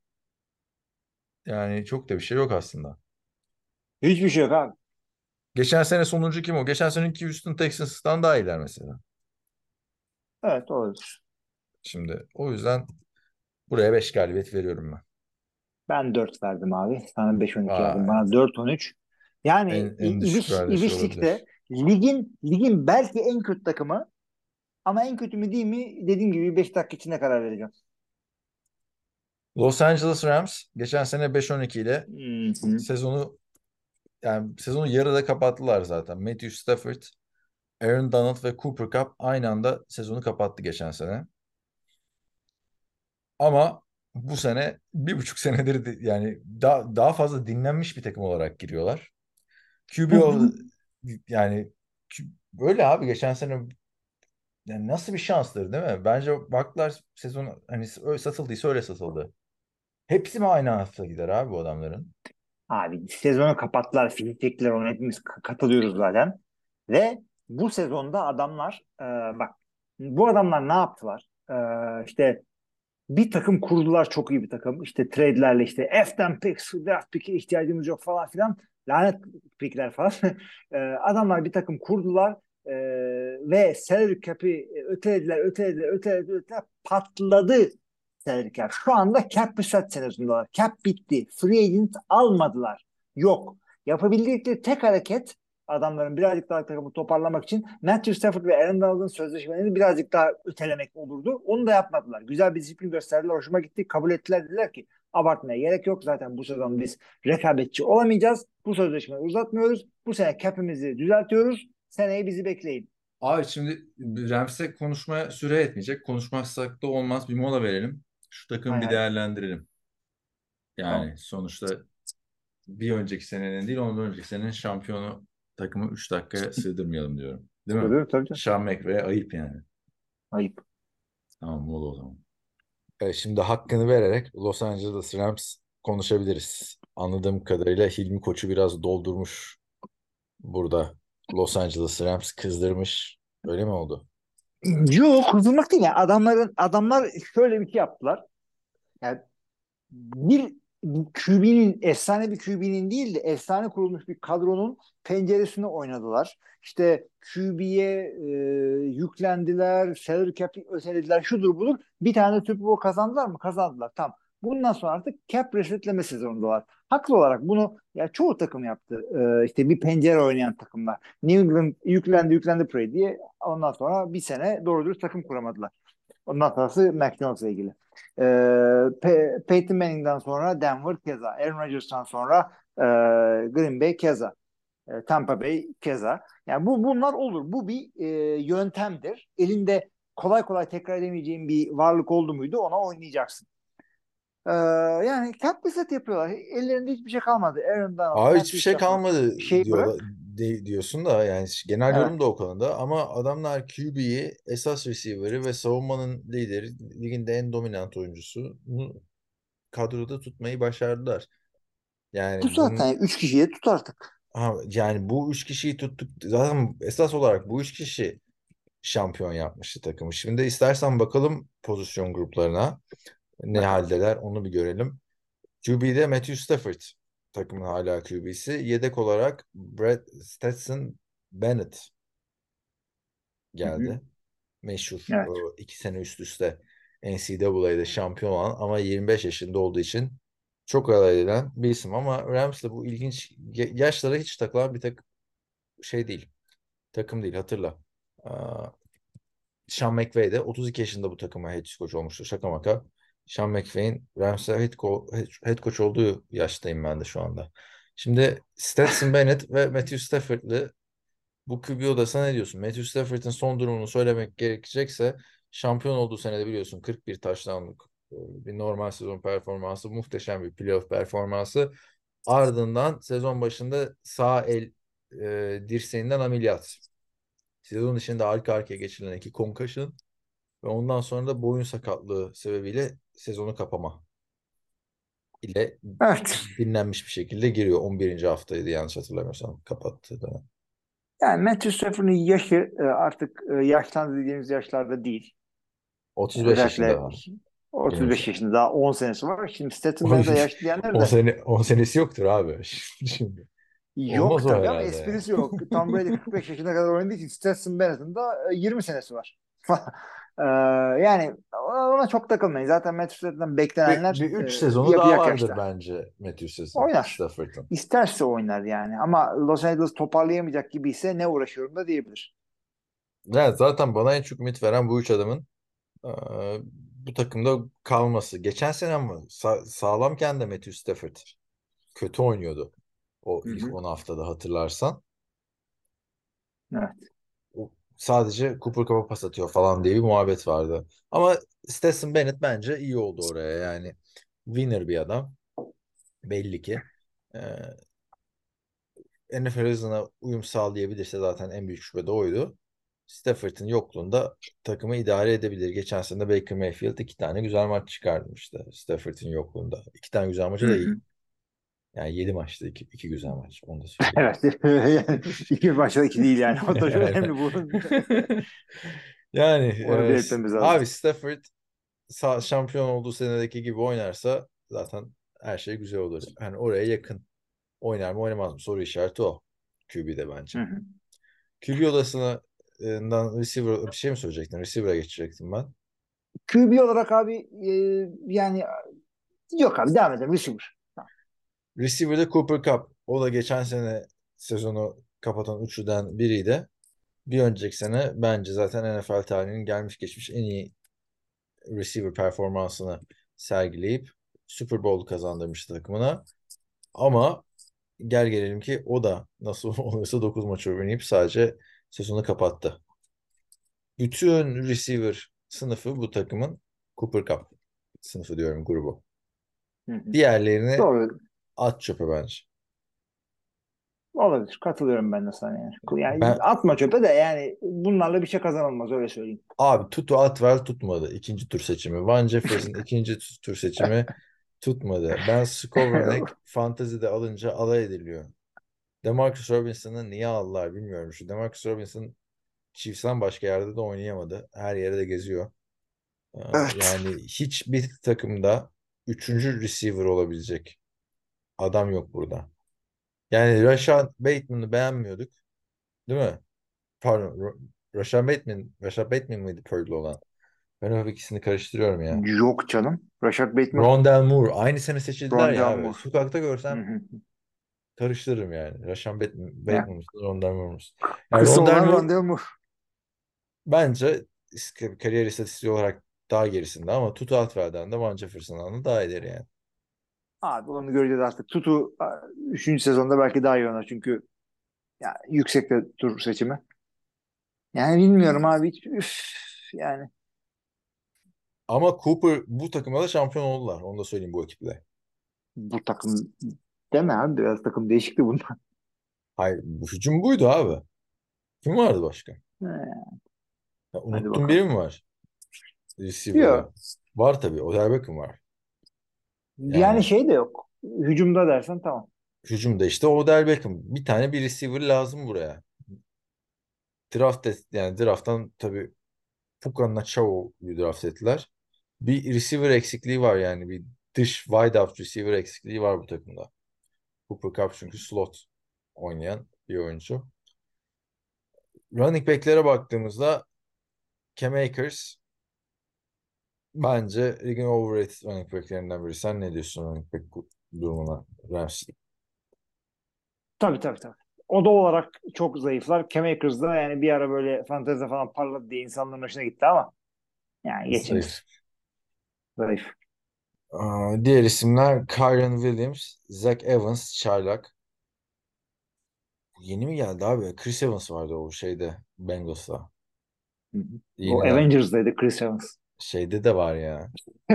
yani çok da bir şey yok aslında. Hiçbir şey yok abi. Geçen sene sonuncu kim o? Geçen seneki Houston Texans'tan daha iyiler mesela. Evet, olur. Şimdi o yüzden buraya beş galibiyet veriyorum ben. Ben dört verdim abi. Sana beş on iki verdim. Vay. Bana dört on üç. Yani En, en İ- düşük İviş, verdiği şey İviş Lig'de olabilir. ligin ligin belki en kötü takımı ama en kötü mü değil mi dediğim gibi beş dakika içinde karar vereceğim. Los Angeles Rams geçen sene beş on iki ile Hı hı. sezonu yani sezonu yarıda kapattılar zaten. Matthew Stafford, Aaron Donald ve Cooper Kupp aynı anda sezonu kapattı geçen sene. Ama bu sene bir buçuk senedir de- yani daha, daha fazla dinlenmiş bir takım olarak giriyorlar. Q B o yani Q- böyle abi geçen sene yani nasıl bir şanstır değil mi? Bence baktılar sezon hani öyle satıldıysa öyle satıldı. Hepsi mi aynı hafta gider abi bu adamların? Abi sezonu kapattılar, fizik çektiler, ona hepimiz k- katılıyoruz zaten. Ve bu sezonda adamlar e, bak bu adamlar ne yaptılar? E, işte bir takım kurdular, çok iyi bir takım. İşte trade'lerle işte F'den picks, draft pick'e ihtiyacımız yok falan filan. Lanet pickler falan. E, adamlar bir takım kurdular e, ve salary cap'i ötelediler, ötelediler, ötelediler, ötelediler. Patladı salary cap. Şu anda cap reset senesindeler. Cap bitti. Free agent almadılar. Yok. Yapabildikleri tek hareket adamların birazcık daha takımı toparlamak için Matthew Stafford ve Aaron Donald'ın sözleşmelerini birazcık daha ötelemek olurdu. Onu da yapmadılar. Güzel bir disiplin gösterdiler. Hoşuma gitti. Kabul ettiler. Dediler ki abartmaya gerek yok. Zaten bu sezon biz rekabetçi olamayacağız. Bu sözleşmeyi uzatmıyoruz. Bu sene cap'imizi düzeltiyoruz. Seneye bizi bekleyin. Abi şimdi Rams'e konuşmaya süre etmeyecek. Konuşmazsak da olmaz. Bir mola verelim. Şu takımı Hay bir hay. değerlendirelim. Tamam. Yani sonuçta bir önceki senenin değil, ondan önceki senenin şampiyonu takımı üç dakikaya sığdırmayalım diyorum. Değil mi? Tabii tabii. Tabii. Sean McVay ayıp yani. Ayıp. Tamam mola o zaman. Evet, şimdi hakkını vererek Los Angeles Rams konuşabiliriz. Anladığım kadarıyla Hilmi Koç'u biraz doldurmuş burada. Los Angeles Rams kızdırmış. Öyle mi oldu? Yok, kızılmak değil. Yani adamların adamlar şöyle bir şey yaptılar. Yani bir Q B'nin efsane bir Q B'nin değil de efsane kurulmuş bir kadronun penceresine oynadılar. İşte Q B'ye e, yüklendiler, salary cap'i ötelediler, şudur budur. Bir tane Super Bowl kazandılar mı? Kazandılar. Tamam. Bundan sonra artık cap resetleme sezonundalar. Haklı olarak bunu ya çoğu takım yaptı. E, işte bir pencere oynayan takımlar. New England yüklendi yüklendi Prey diye ondan sonra bir sene doğru dürüst takım kuramadılar. Ondan sonrası Mac Jones'la ilgili. Ee, Pe- Peyton Manning'den sonra Denver keza. Aaron Rodgers'tan sonra e, Green Bay keza. E, Tampa Bay keza. Yani bu bunlar olur. Bu bir e, yöntemdir. Elinde kolay kolay tekrar edemeyeceğin bir varlık oldu muydu ona oynayacaksın. Ee, yani cap reset yapıyorlar. Ellerinde hiçbir şey kalmadı. Aaron Donald, Abi hiçbir Matthew şey Stafford kalmadı şey diyor, bırak. de- diyorsun da yani genel yorum Evet. da o konuda ama adamlar Q B'yi esas receiver'ı ve savunmanın lideri ligin de en dominant oyuncusu bunu kadroda tutmayı başardılar. Tut Yani zaten. bunun Üç kişiye tut artık. ha, yani bu üç kişiyi tuttuk zaten esas olarak bu üç kişi şampiyon yapmıştı takımı. Şimdi istersen bakalım pozisyon gruplarına ne Bakalım. haldeler onu bir görelim. Q B'de Matthew Stafford takımın hala Q B'si. Yedek olarak Brad Stetson Bennett Hı hı. geldi. Meşhur Evet. o iki sene üst üste N C A A'de şampiyon olan ama yirmi beş yaşında olduğu için çok alay edilen bir isim ama Rams'le bu ilginç ya- yaşlara hiç takılan bir tek şey değil. Takım değil hatırla. Aa, Sean McVay de otuz iki yaşında bu takıma head coach olmuştu. Şaka maka. Sean McVay'in Rams'e head, co- head coach olduğu yaştayım ben de şu anda. Şimdi Stetson Bennett ve Matthew Stafford'lı bu Q B odasına ne diyorsun? Matthew Stafford'ın son durumunu söylemek gerekecekse şampiyon olduğu senede biliyorsun kırk bir touchdown'luk e, bir normal sezon performansı, muhteşem bir playoff performansı. Ardından sezon başında sağ el e, dirseğinden ameliyat. Sezon içinde arka arkaya geçirilen iki concussion ve ondan sonra da boyun sakatlığı sebebiyle sezonu kapama ile Evet. dinlenmiş bir şekilde giriyor. on birinci haftaydı yanlış hatırlamıyorsam kapattığı dönem. Yani Matthew Stafford'ın yaşı e, artık e, yaşlandı dediğimiz yaşlarda değil. otuz Yani beş yaşında özellikle daha. otuz beş yaşında daha on senesi var. Şimdi Stetson on Bennett'e yaşlı diyenler on de sene on senesi yoktur abi. Şimdi. yok Olmaz o tabii ama herhalde ya. esprisi yok. Tom Brady kırk beş yaşına kadar oynadığı için Stetson Bennett'ın da e, yirmi senesi var. Ee, yani ona çok takılmayın. Zaten Matthew Stafford'dan Bir, beklenenler bir üç e, sezonu daha yapacak vardır yaşta. bence Matthew Oynar. Stafford'ın. İsterse oynar yani. Ama Los Angeles toparlayamayacak gibi ise ne uğraşıyorum da diyebilir. Yani zaten bana en çok ümit veren bu üç adamın e, bu takımda kalması. Geçen sene ama sa- sağlamken de Matthew Stafford kötü oynuyordu. O Hı ilk hı. on haftada hatırlarsan. Evet. O sadece Cooper Cup'a pas atıyor falan diye bir muhabbet vardı. Ama Stetson Bennett bence iyi oldu oraya. Yani winner bir adam belli ki. Ee, N F L hızına uyum sağlayabilirse zaten en büyük şüphe de oydu. Stafford'ın yokluğunda takımı idare edebilir. Geçen sene Baker Mayfield iki tane güzel maç çıkarmıştı Stafford'ın yokluğunda. İki tane güzel maçı Hı da hı. iyi. Yani yedi maçta iki, iki güzel maç. Onu da söyleyeyim. Evet. Yani iki maçta iki değil yani. O da çok Yani, önemli bu. yani Onu e, belirtmemiz lazım. abi Stafford sa- şampiyon olduğu senedeki gibi oynarsa zaten her şey güzel olur. Yani oraya yakın oynar mı oynamaz mı soru işareti o. Q B'de Hı bence. hı. Q B odasından receiver bir şey mi söyleyecektin? Receiver'a geçecektim ben. Q B olarak abi e, yani yok abi devam edelim. Receiver. Tamam. Receiver'da Cooper Kupp. O da geçen sene sezonu kapatan üçlüden biriydi. Bir önceki sene bence zaten N F L tarihinin gelmiş geçmiş en iyi receiver performansını sergileyip Super Bowl kazandırmıştı takımına. Ama gel gelelim ki o da nasıl oluyorsa dokuz maç oynayıp sadece sezonu kapattı. Bütün receiver sınıfı bu takımın Cooper Kupp sınıfı diyorum grubu. Hı hı. Diğerlerini Doğru. at çöpe bence. Olabilir. Katılıyorum ben de sana yani. Yani Ben atma çöpe de yani bunlarla bir şey kazanılmaz öyle söyleyeyim. abi Tutu Atwell tutmadı ikinci tur seçimi. Van Jefferson ikinci tur seçimi tutmadı. Ben Skowronek fantezide alınca alay ediliyor. Demarcus Robinson'ı niye aldılar bilmiyorum. Şu Demarcus Robinson Chiefs'ten başka yerde de oynayamadı. Her yere de geziyor. Ee, Evet. Yani hiçbir takımda üçüncü receiver olabilecek adam yok burada. Yani Rashad Bateman'ı beğenmiyorduk, değil mi? Pardon, Ra- Rashad Bateman, Rashad Bateman mıydı Purdy olan? Ben o ikisini karıştırıyorum ya. Yok canım. Rashad Bateman, Rondell Moore. Aynı sene seçildiler ya Rondale abi. Moore. Sokakta Hı görsem hı. karıştırırım yani. Rashad Bateman, Yani Bateman mısın, Rondell Moore musun? Yani kısa Rondell olan Moore Rondale Moore. bence isk- kariyer istatistiği olarak daha gerisinde ama Tutu Atwell'den de Van Jefferson'dan da daha ileri yani. Abi onu göreceğiz artık. Tutu üçüncü sezonda belki daha iyi oynar çünkü ya, yüksekte tur seçimi. Yani bilmiyorum abi. Hiç, üf, yani Ama Cooper bu takıma da şampiyon oldular. Onu da söyleyeyim bu ekiple. bu takım deme abi. Biraz takım değişikti bunlar. Hayır, bu hücum buydu abi. Kim vardı başka? He, Ya, hadi unuttum biri bakalım. mi var? Receiver'da. Yok. Var tabii. Odell Beckham var. Yani Yani şey de yok. Hücumda dersen tamam. hücumda işte Odell Beckham. Bir tane bir receiver lazım buraya. Draft et, yani drafttan tabii Puka Nachao'yu draft ettiler. Bir receiver eksikliği var yani. Bir dış wide out receiver eksikliği var bu takımda. Cooper Kupp çünkü slot oynayan bir oyuncu. Running back'lere baktığımızda Cam Akers bence ligin overrated running back'lerinden biri. Sen ne diyorsun running back durumuna Rams? Tabii tabii tabii. O da olarak çok zayıflar. Cam Akers da yani bir ara böyle fantezide falan parladı diye insanların hoşuna gitti ama yani Zayıf. geçiniz. Zayıf. Aa, diğer isimler Kyren Williams, Zach Evans, Çaylak. Bu yeni mi geldi abi? Chris Evans vardı o şeyde Bengals'ta. Hı hı. O Yeniden Avengers'daydı Chris Evans. şeyde de var ya.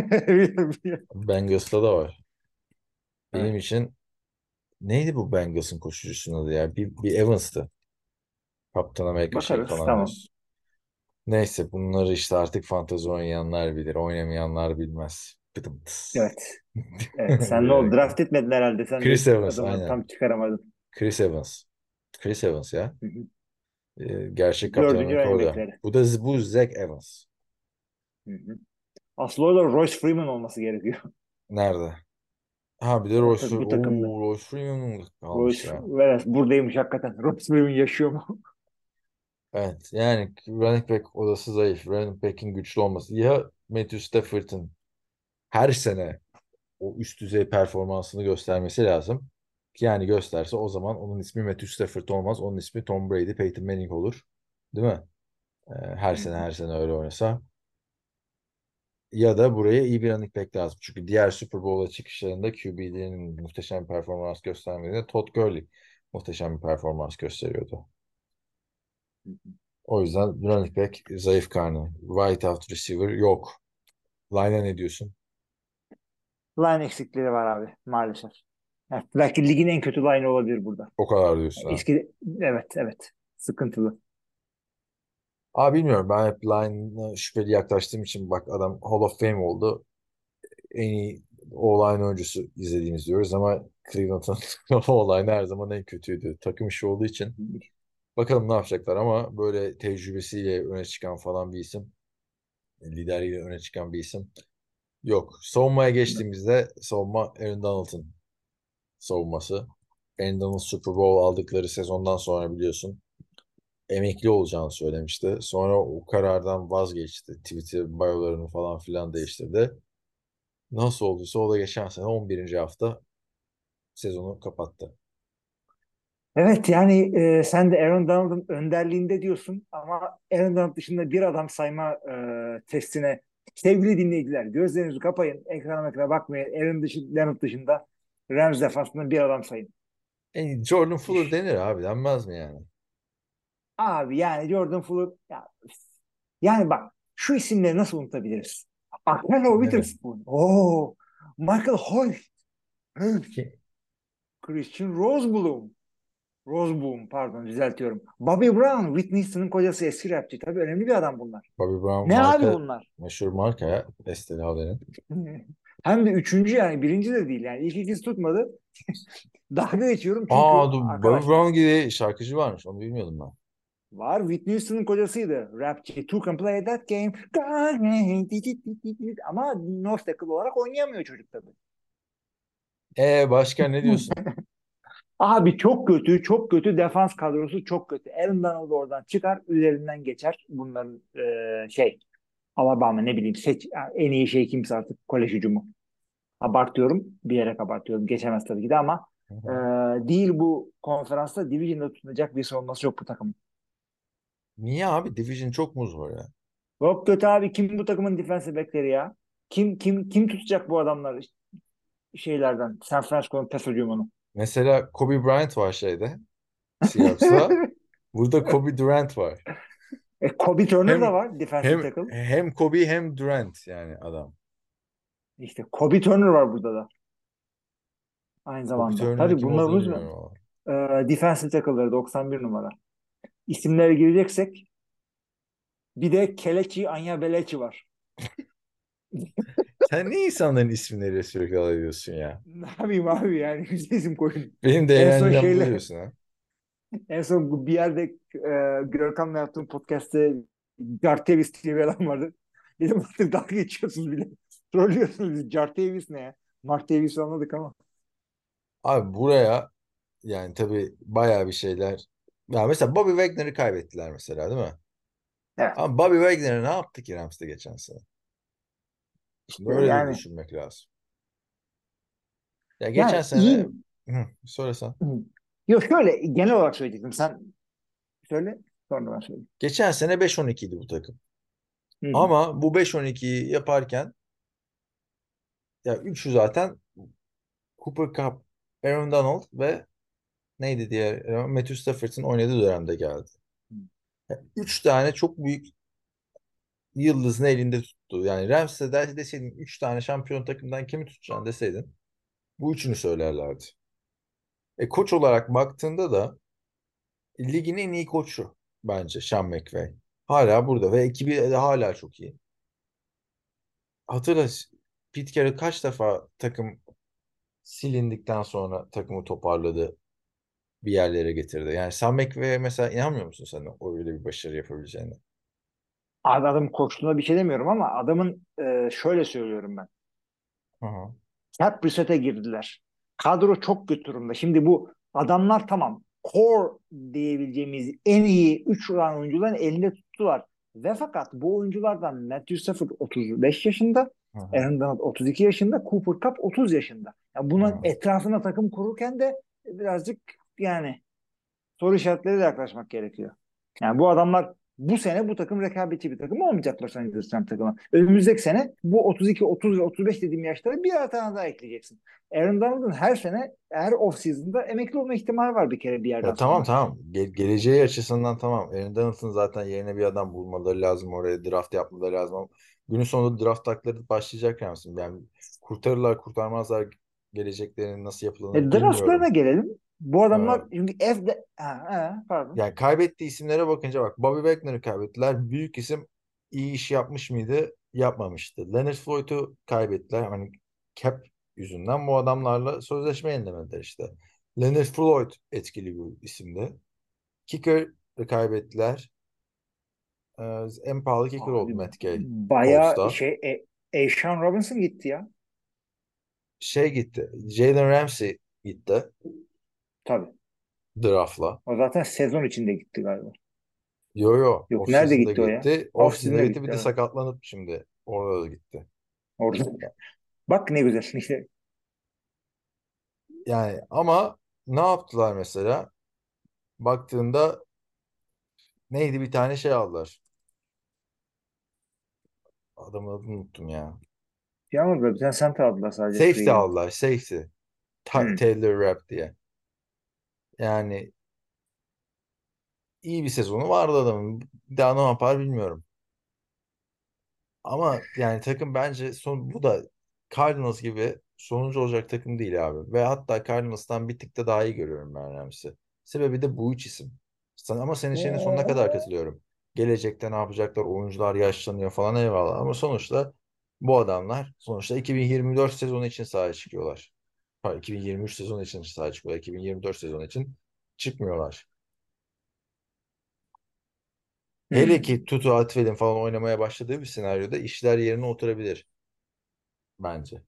Bengals'ta da var. Evet. Benim için neydi bu Bengals'ın koşucusunun adı ya? Bir, bir Evans'tı. Kaptan Amerika şeyi Bakarız falan tamam. diyorsun. Neyse bunları işte artık fantezi oynayanlar bilir. Oynamayanlar bilmez. Bıdım tıs. Evet. Evet. Sen ne oldu? Diyerek. Draft etmedin herhalde. Sen de Chris Evans adamı aynen. tam çıkaramadın. Chris Evans. Chris Evans ya. Hı hı. Ee, gerçek Kaptan Dördüncü Amerika running orada. back'leri. Bu da bu Zach Evans. Hı hı. Aslında orada Royce Freeman olması gerekiyor. Nerede? Ha bir de O, Royce tabii Freeman. bu takımda. Oo, Royce Freeman kalmış Royce ya. evet, buradaymış hakikaten. Royce Freeman yaşıyor mu? Evet yani running back odası zayıf. Running back'in güçlü olması. Ya Matthew Stafford'ın her sene o üst düzey performansını göstermesi lazım. Ki yani gösterse o zaman onun ismi Matthew Stafford olmaz. Onun ismi Tom Brady, Peyton Manning olur. Değil mi? Ee, her Hı sene hı. her sene öyle oynasa. Ya da buraya iyi bir running back lazım. Çünkü diğer Super Bowl'a çıkışlarında Q B'lerin muhteşem bir performans göstermediğinde Todd Gurley muhteşem bir performans gösteriyordu. O yüzden running back zayıf karnı. Wide out receiver yok. Line'a ne diyorsun? Line eksikleri var abi maalesef. Evet, belki ligin en kötü line olabilir burada. O kadar diyorsun ha. Eski evet evet sıkıntılı. Abi bilmiyorum, ben hep line'a şüpheli yaklaştığım için bak adam Hall of Fame oldu. En iyi O-line oyuncusu izlediğimiz diyoruz ama Cleveland'ın O-line her zaman en kötüydü. Takım işi olduğu için. Bakalım ne yapacaklar ama böyle tecrübesiyle öne çıkan falan bir isim, liderliğiyle öne çıkan bir isim yok. Savunmaya geçtiğimizde savunma Aaron Donald'ın savunması. Aaron Donald Super Bowl aldıkları sezondan sonra biliyorsun emekli olacağını söylemişti. Sonra o karardan vazgeçti. Twitter biolarını falan filan değiştirdi. Nasıl olduysa o da geçen sene on birinci hafta sezonu kapattı. Evet yani e, sen de Aaron Donald'ın önderliğinde diyorsun ama Aaron Donald dışında bir adam sayma e, testine sevgili dinleyiciler gözlerinizi kapayın ekrana ekrana bakmayın Aaron dışı, Donald dışında Rams defansından bir adam sayın. E, Jordan Fuller İş. denir abi, denmez mi yani? Abi yani Jordan Fuller ya, yani bak şu isimleri nasıl unutabiliriz? Akello Ne? Witherspoon. Oo, Michael Hoyt. Ki, Christian Rosebloom. Roseboom pardon düzeltiyorum. Bobby Brown, Whitney Houston'ın kocası eski rapçi. Tabii önemli bir adam bunlar. Bobby Brown Ne abi marka, bunlar? meşhur marka ya. Estee Lauder'in. Hem de üçüncü yani birinci de değil yani. İlk ikisi tutmadı. Dalga geçiyorum çünkü Aa dur, Bobby arkadaşlar Brown gibi şarkıcı varmış. Onu bilmiyordum ben. var. Whitney Houston'ın kocasıydı. Rapçi. Two can play that game. Ama nose tackle olarak oynayamıyor çocuk tabii. E başka ne diyorsun? Abi çok kötü, çok kötü defans kadrosu çok kötü. Aaron Donald oradan çıkar, üzerinden geçer. Bunların e, şey Alabama ne bileyim seç en iyi şey kimse artık kolej hücumu. Abartıyorum. Bir yere abartıyorum. Geçemez tabii ki de ama Hı e, hı. değil bu konferansta Division'da tutunacak bir savunması yok bu takımın. Niye abi? Division çok muz var ya. Çok kötü abi. Kim bu takımın defensive backleri ya? Kim kim kim tutacak bu adamları şeylerden? San Francisco'nun pas hücumunu. Mesela Kobe Bryant var şeyde. Seahawks'ta. Burada Kobe Durant var. E, Kobe Turner da Hem var defensive hem tackle. hem Kobe hem Durant yani adam. İşte Kobe Turner var burada da aynı Kobe zamanda. Turner'ın Tabii kim bunları olduğunu unutma. bilmiyorum ama. E, defensive tackle'ları doksan bir numara. İsimlere gireceksek bir de Kelechi Anyabelechi var. Sen niye insanların isimleriyle sürekli alay ediyorsun ya? Ne yapayım abi yani güzel isim koyun. Benim de En son eğlencem bu şeyle diyorsun ha. en son bu bir yerde e, Görkan'la yaptığım podcast'te Jartevis diye bir adam vardı. Dedim artık dalga geçiyorsunuz bile. Trollüyorsunuz. Jartevis ne ya? Mark Davis'i anladık ama. Abi buraya yani tabii bayağı bir şeyler. Ya mesela Bobby Wagner'ı kaybettiler mesela değil mi? Evet. Ama Bobby Wagner'ı ne yaptı ki Rams'te geçen sene? İşte Böyle de yani düşünmek lazım. Ya geçen yani sene iyi. hı, söylesen. Yok şöyle genel olarak söyleyecektim. Sen söyle sonra ben söyleyeyim. Geçen sene beş on iki idi bu takım. Hı hı. Ama bu beş on ikiyi yaparken ya üçü zaten Cooper Kupp, Aaron Donald ve neydi diğer Matthew Stafford'ın oynadığı dönemde geldi. Ya üç tane çok büyük yıldızını elinde tuttu. Yani Rams'e de deseydin üç tane şampiyon takımdan kimi tutacaksın deseydin bu üçünü söylerlerdi. E koç olarak baktığında da ligin en iyi koçu bence Sean McVay. Hala burada ve ekibi de hala çok iyi. Hatırla, Pete Carroll kaç defa takım silindikten sonra takımı toparladı, bir yerlere getirdi. Yani Sean McVay'e mesela inanmıyor musun sen öyle bir başarı yapabileceğine? Abi adam koçluğuna bir şey demiyorum ama adamın e, şöyle söylüyorum ben. Hı hı. Cap reset'e girdiler. Kadro çok kötü durumda. Şimdi bu adamlar tamam. core diyebileceğimiz en iyi üç olan oyuncuların elinde tuttular. Ve fakat bu oyunculardan Matthew Stafford otuz beş yaşında, Hı hı. Aaron Donald otuz iki yaşında, Cooper Kupp otuz yaşında. Yani bunun Hı. etrafına takım kururken de birazcık yani soru işaretleriyle yaklaşmak gerekiyor. Yani bu adamlar bu sene bu takım rekabetçi bir takım olmayacak Los Angeles Rams takımı. Önümüzdeki sene bu otuz iki, otuz ve otuz beş dediğim yaşlara bir tane daha ekleyeceksin. Aaron Donald'ın her sene her off season'da emekli olma ihtimali var bir kere bir yerden Ya tamam sonra. tamam. Ge- geleceği açısından tamam. Aaron Donald'ın zaten yerine bir adam bulmaları lazım. Oraya draft yapmaları lazım. Ama günün sonunda draft hakları başlayacak Rams'in. Yani kurtarırlar kurtarmazlar geleceklerinin nasıl E, yapıldığını draftlarına bilmiyorum. gelelim. Bu adamlar Ee, çünkü F'de ha, ha, pardon. yani kaybettiği isimlere bakınca bak Bobby Wagner'ı kaybettiler. Büyük isim iyi iş yapmış mıydı? Yapmamıştı. Leonard Floyd'u kaybettiler. Hani cap yüzünden bu adamlarla sözleşme yenilemediler işte. Leonard Floyd etkili bir isimdi. Kicker'ı kaybettiler. Ee, en pahalı kicker oldu Abi Matt Gay. bayağı Colts'ta. şey e, Eşan Robinson gitti ya. Şey gitti. Jalen Ramsey gitti. Tabii. Draft'la. O zaten sezon içinde gitti galiba. Yo yo. Yok nerede Off-season'da gitti o ya? gitti. Off-season'da Off-season'da gitti. Bir gitti de evet. sakatlanıp şimdi orada da gitti. Orada. Bak ne güzel işte. Yani ama ne yaptılar mesela? Baktığında neydi bir tane şey aldılar. Adamın adını unuttum ya. Yalnız da bir tane center aldılar sadece Safety free agent. aldılar. Safety. Ta- Hmm. Taylor Rapp diye. Yani iyi bir sezonu vardı adamın. Bir daha ne yapar bilmiyorum. Ama yani takım bence son bu da Cardinals gibi sonuncu olacak takım değil abi. Ve hatta Cardinals'tan bir tık da daha iyi görüyorum ben Rams'i. Sebebi de bu üç isim. Sana- Ama senin şeyine sonuna kadar katılıyorum. Gelecekte ne yapacaklar? Oyuncular yaşlanıyor falan eyvallah. Ama sonuçta bu adamlar sonuçta iki bin yirmi dört sezonu için sahaya çıkıyorlar. Pardon, iki bin yirmi üç sezonu için sahaya çıkıyorlar. iki bin yirmi dört sezonu için çıkmıyorlar. Hele ki Hmm. Tutu Atwell'in falan oynamaya başladığı bir senaryoda işler yerine oturabilir bence.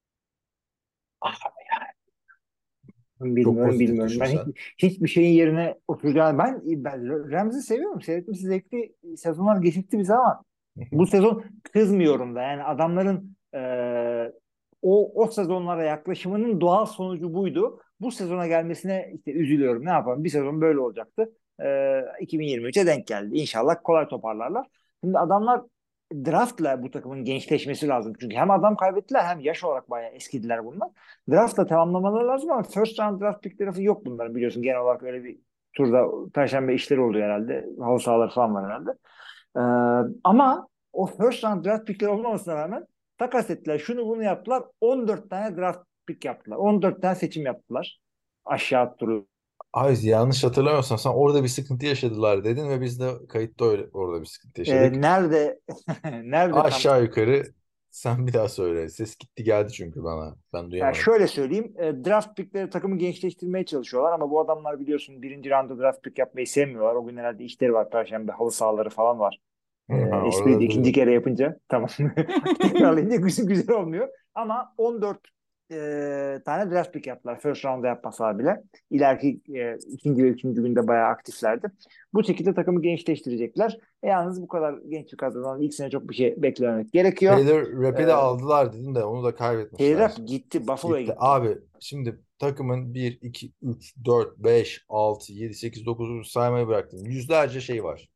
Çok Bilmiyorum pozitif bilmiyorum. Ben düşünsen. hiç, hiçbir şeyin yerine oturacağını ben, ben Rams'i seviyorum. Seyretmesi zevkli sezonlar geçirtti bize ama bu sezon kızmıyorum da. Yani adamların e, o o sezonlara yaklaşımının doğal sonucu buydu. Bu sezona gelmesine işte üzülüyorum. Ne yapalım? Bir sezon böyle olacaktı. E, iki bin yirmi üçe denk geldi. İnşallah kolay toparlarlar. Şimdi adamlar draftla bu takımın gençleşmesi lazım. Çünkü hem adam kaybettiler hem yaş olarak bayağı eskidiler bunlar. Draftla tamamlamaları lazım ama first round draft pick tarafı yok bunların biliyorsun. Genel olarak öyle bir turda Perşembe işleri oluyor herhalde. Halı sahaları falan var herhalde. Ee, ama o first round draft pickleri olmamasına rağmen takas ettiler. Şunu bunu yaptılar. on dört tane draft pick yaptılar. on dört tane seçim yaptılar. Aşağı turu. Ay yanlış hatırlamıyorsam sen orada bir sıkıntı yaşadılar dedin ve biz de kayıtta öyle orada bir sıkıntı Ee, yaşadık. nerede nerede tam Aşağı yukarı sen bir daha söyle. Ses gitti geldi çünkü bana. Ben yani duyamadım. şöyle söyleyeyim. E, draft pickleri takımı gençleştirmeye çalışıyorlar ama bu adamlar biliyorsun birinci rounda draft pick yapmayı sevmiyorlar. O gün herhalde işleri var. Perşembe halı sahaları falan var. Hı, E, ha, espriyi de orada ikinci duydum. kere yapınca tamam. Tekrarlayınca güzel, güzel olmuyor. Ama on dört e, tane draft pick yaptılar. First round'a yapmasalar bile. İleriki e, ikinci ve üçüncü günde bayağı aktiflerdi. Bu şekilde takımı gençleştirecekler. E, yalnız bu kadar genç bir kadrodan ilk sene çok bir şey beklememek gerekiyor. Taylor E, Rapp'i de aldılar dedin de onu da Taylor Rapp kaybetmişler. gitti. Buffalo'ya Gitti. gitti. Abi şimdi takımın bir, iki, üç, dört, beş, altı, yedi, sekiz, dokuz saymayı bıraktım. Yüzlerce şey var.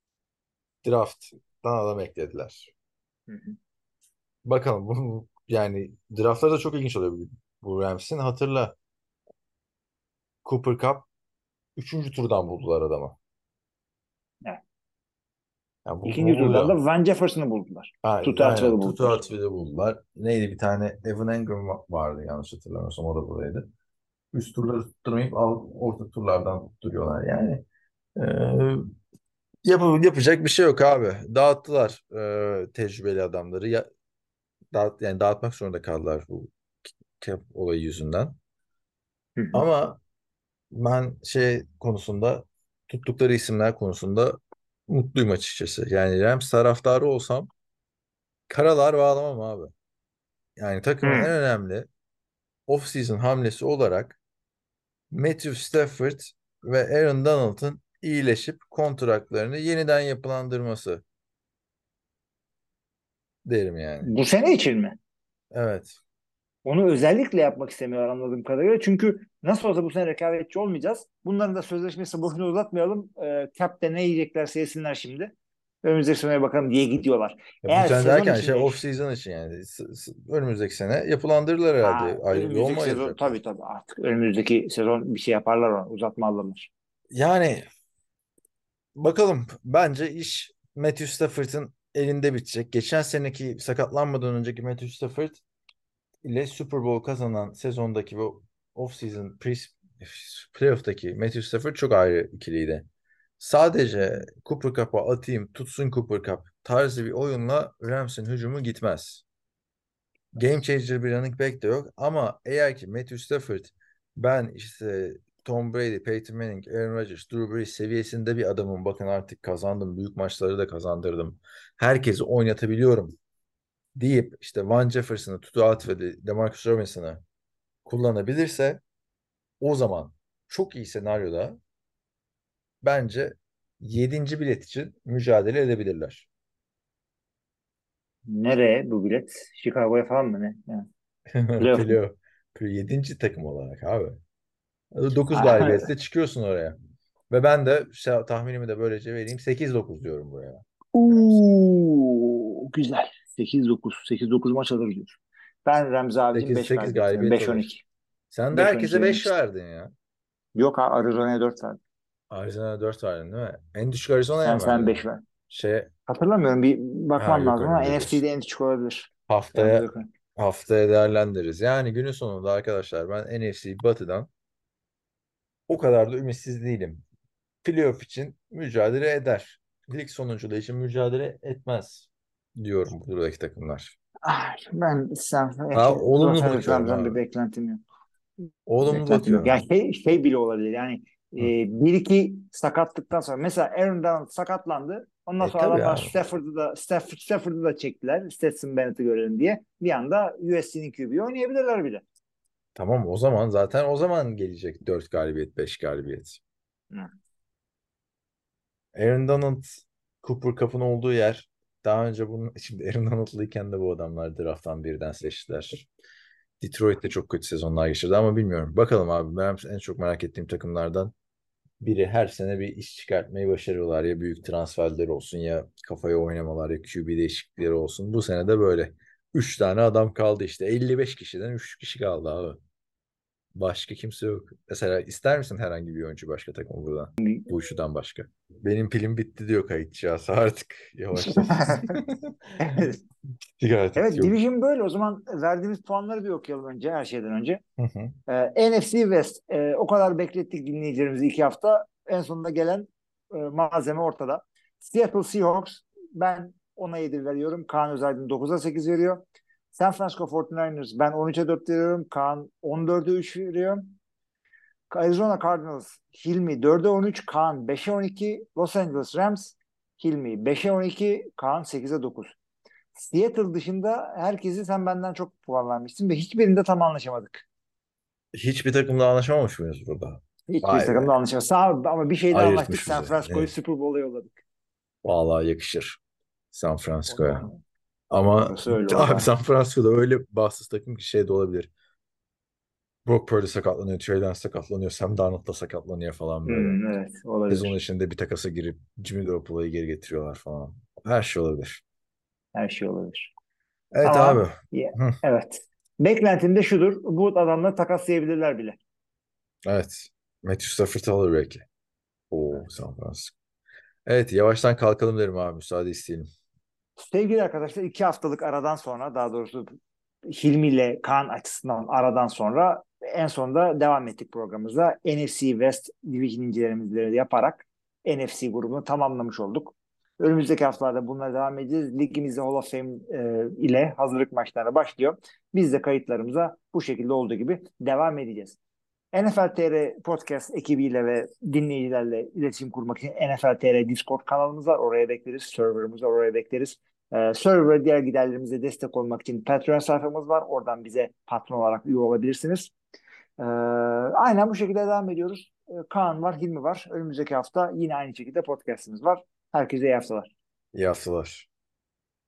Draft'tan adam eklediler. Hı hı. Bakalım bu yani draftlar da çok ilginç oluyor bu, bu Rams'in. Hatırla Cooper Kupp üçüncü turdan buldular adamı. Evet. Yani bu, bu İkinci turdan oluyor. da Van Jefferson'ı buldular. Ha, Tutu aynen Atwell'ı Tutu buldular. Atwell'i buldular. Neydi bir tane Evan Engram va- vardı yanlış hatırlamıyorsam o da buradaydı. Üst turları tutturmayıp alt, orta turlardan tutturuyorlar. Yani e, yap yapacak bir şey yok abi. Dağıttılar e, tecrübeli adamları. Ya, dağıt, yani dağıtmak zorunda kaldılar bu cap olayı yüzünden. Hı hı. Ama ben şey konusunda tuttukları isimler konusunda mutluyum açıkçası. Yani Rams taraftarı olsam karalar bağlamam abi. Yani takımın en Hı. önemli off-season hamlesi olarak Matthew Stafford ve Aaron Donald'ın iyileşip kontratlarını yeniden yapılandırması derim yani. Bu sene için mi? Evet. Onu özellikle yapmak istemiyorlar anladığım kadarıyla. Çünkü nasıl olsa bu sene rekabetçi olmayacağız. Bunların da sözleşmesi boşuna uzatmayalım. E, cap'te ne yiyeceklerse yesinler şimdi. Önümüzdeki seneye bakalım diye gidiyorlar. Ya bu Eğer sene sezon derken şey içinde off season için yani S- s- önümüzdeki sene yapılandırırlar herhalde. ha, Ay, yol mu önümüzdeki sezon tabii ayıracaklar? tabii artık önümüzdeki sezon bir şey yaparlar onu. Uzatma alırlar. Yani bakalım, bence iş Matthew Stafford'ın elinde bitecek. Geçen seneki sakatlanmadan önceki Matthew Stafford ile Super Bowl kazanan sezondaki bu off-season pre playoff'taki Matthew Stafford çok ayrı ikiliydi. Sadece Cooper Cup'a atayım tutsun Cooper Cup tarzı bir oyunla Rams'in hücumu gitmez. Game changer bir running back de yok ama eğer ki Matthew Stafford ben işte Tom Brady, Peyton Manning, Aaron Rodgers, Drew Brees seviyesinde bir adamım. Bakın artık kazandım. Büyük maçları da kazandırdım. Herkesi oynatabiliyorum deyip işte Van Jefferson'ı, Tutu Atwell'i, Demarcus Robinson'ı kullanabilirse o zaman çok iyi senaryoda bence yedinci bilet için mücadele edebilirler. Nereye bu bilet? Chicago'ya falan mı ne? Yani, playoff mu? Playoff. yedinci takım olarak abi. dokuz galibiyetle çıkıyorsun oraya. Ve ben de şey, tahminimi de böylece vereyim. sekiz dokuz diyorum buraya. Uuu, güzel. sekiz dokuz. sekiz dokuz maç alır diyor. Ben Remzi abicim sekiz beş sekiz galibiyet diyorum. galibiyet beş on alır. iki. Sen de beş on iki herkese benim beş için. verdin ya. Yok ha Arizona'ya dört verdim. Arizona dört verdin değil mi? En düşük Arizona'ya Sen mı sen verdin? beş ver. Şey, Hatırlamıyorum. Bir ha bakmam yok lazım ama önemli değil. N F C'de en düşük olabilir. Yanımda Haftaya yok. haftaya değerlendiririz. Yani günün sonunda arkadaşlar ben N F C Batı'dan o kadar da ümitsiz değilim. Playoff için mücadele eder. Lig sonunculuğu için mücadele etmez diyorum buradaki takımlar. Ah, ben sen Ha, Los olumlu Angeles bakıyorum Rams'dan bir abi. beklentim yok. Olumlu Beklentim yok. bakıyorum. Yani şey, şey bile olabilir. Yani e, Hı. bir iki sakatlıktan sonra mesela Aaron Donald sakatlandı. Ondan E sonra tabii adamlar abi. Stafford'u da Stafford, Stafford'u da çektiler. Stetson Bennett'i görelim diye. Bir anda U S C'nin Q B'yi oynayabilirler bile. Tamam, o zaman zaten o zaman gelecek dört galibiyet, beş galibiyet. Hı. Aaron Donald, Cooper Cup'ın olduğu yer. Daha önce bunun şimdi Aaron Donald'lıyken de bu adamlar drafttan birden seçtiler. Detroit de çok kötü sezonlar geçirdi ama bilmiyorum. Bakalım abi. Ben en çok merak ettiğim takımlardan biri, her sene bir iş çıkartmayı başarıyorlar. Ya büyük transferler olsun ya kafaya oynamalar ya Q B değişiklikleri olsun. Bu sene de böyle. Üç tane adam kaldı işte. elli beş kişiden üç kişi kaldı abi. Başka kimse yok. Mesela ister misin herhangi bir oyuncu başka takım buradan? Bu üçüden başka. Benim pilim bitti diyor kayıtçı. Artık yavaştan. Evet. Bitti artık Evet, yok. Division böyle. O zaman verdiğimiz puanları bir okuyalım önce her şeyden önce. Hı hı. Ee, N F C West. Ee, o kadar beklettik dinleyicilerimizi iki hafta. En sonunda gelen e, malzeme ortada. Seattle Seahawks. Ben ona yedi veriyorum. Kaan Özaydın dokuza sekiz veriyor. San Francisco kırk dokuzlar ben on üçe dört veriyorum. Kaan on dörde üç veriyor. Arizona Cardinals Hilmi dörde on üç. Kaan beşe on iki. Los Angeles Rams Hilmi beşe on iki. Kaan sekize dokuz. Seattle dışında herkesi sen benden çok puan vermişsin ve hiçbirinde tam anlaşamadık. Hiçbir takımla anlaşamamış mıyız burada? Hiçbir Vay be. takımda anlaşamadık. Sağ, ama bir şeyde anlaştık. Ayırtmış San bizi. Francisco'yu Evet. Super Bowl'a yolladık. Vallahi yakışır San Francisco'ya. Onu- Ama Orası öyle abi orada. San Francisco'da öyle bahtsız takım ki şey de olabilir. Brock Purdy sakatlanıyor, Trey Lance sakatlanıyor, Sam Darnold da sakatlanıyor falan böyle. Hmm, evet Sezon olabilir. içinde bir takasa girip Jimmy Garoppolo'yu geri getiriyorlar falan. Her şey olabilir. Her şey olabilir. Evet abi. Ama ya- Hı, evet. Beklentim de şudur. Bu adamla takaslayabilirler bile. evet. Matthew Stafford alır belki. Oo, San Francisco. Evet, yavaştan kalkalım derim abi. Müsaade isteyelim. Sevgili arkadaşlar iki haftalık aradan sonra daha doğrusu Hilmi ile Kaan açısından aradan sonra en sonunda devam ettik programımıza. N F C West Division incelemeleri yaparak N F C grubunu tamamlamış olduk. Önümüzdeki haftalarda bunlara devam edeceğiz. Ligimizde Hall of Fame e, ile hazırlık maçları başlıyor. Biz de kayıtlarımıza bu şekilde olduğu gibi devam edeceğiz. N F L T R Podcast ekibiyle ve dinleyicilerle iletişim kurmak için N F L T R Discord kanalımız var. Oraya bekleriz. Serverımız var. Oraya bekleriz. Ee, server ve diğer giderlerimize destek olmak için Patreon sayfamız var. Oradan bize patron olarak üye olabilirsiniz. Ee, aynen bu şekilde devam ediyoruz. E, Kaan var, Hilmi var. Önümüzdeki hafta yine aynı şekilde podcast'imiz var. Herkese iyi haftalar. İyi haftalar.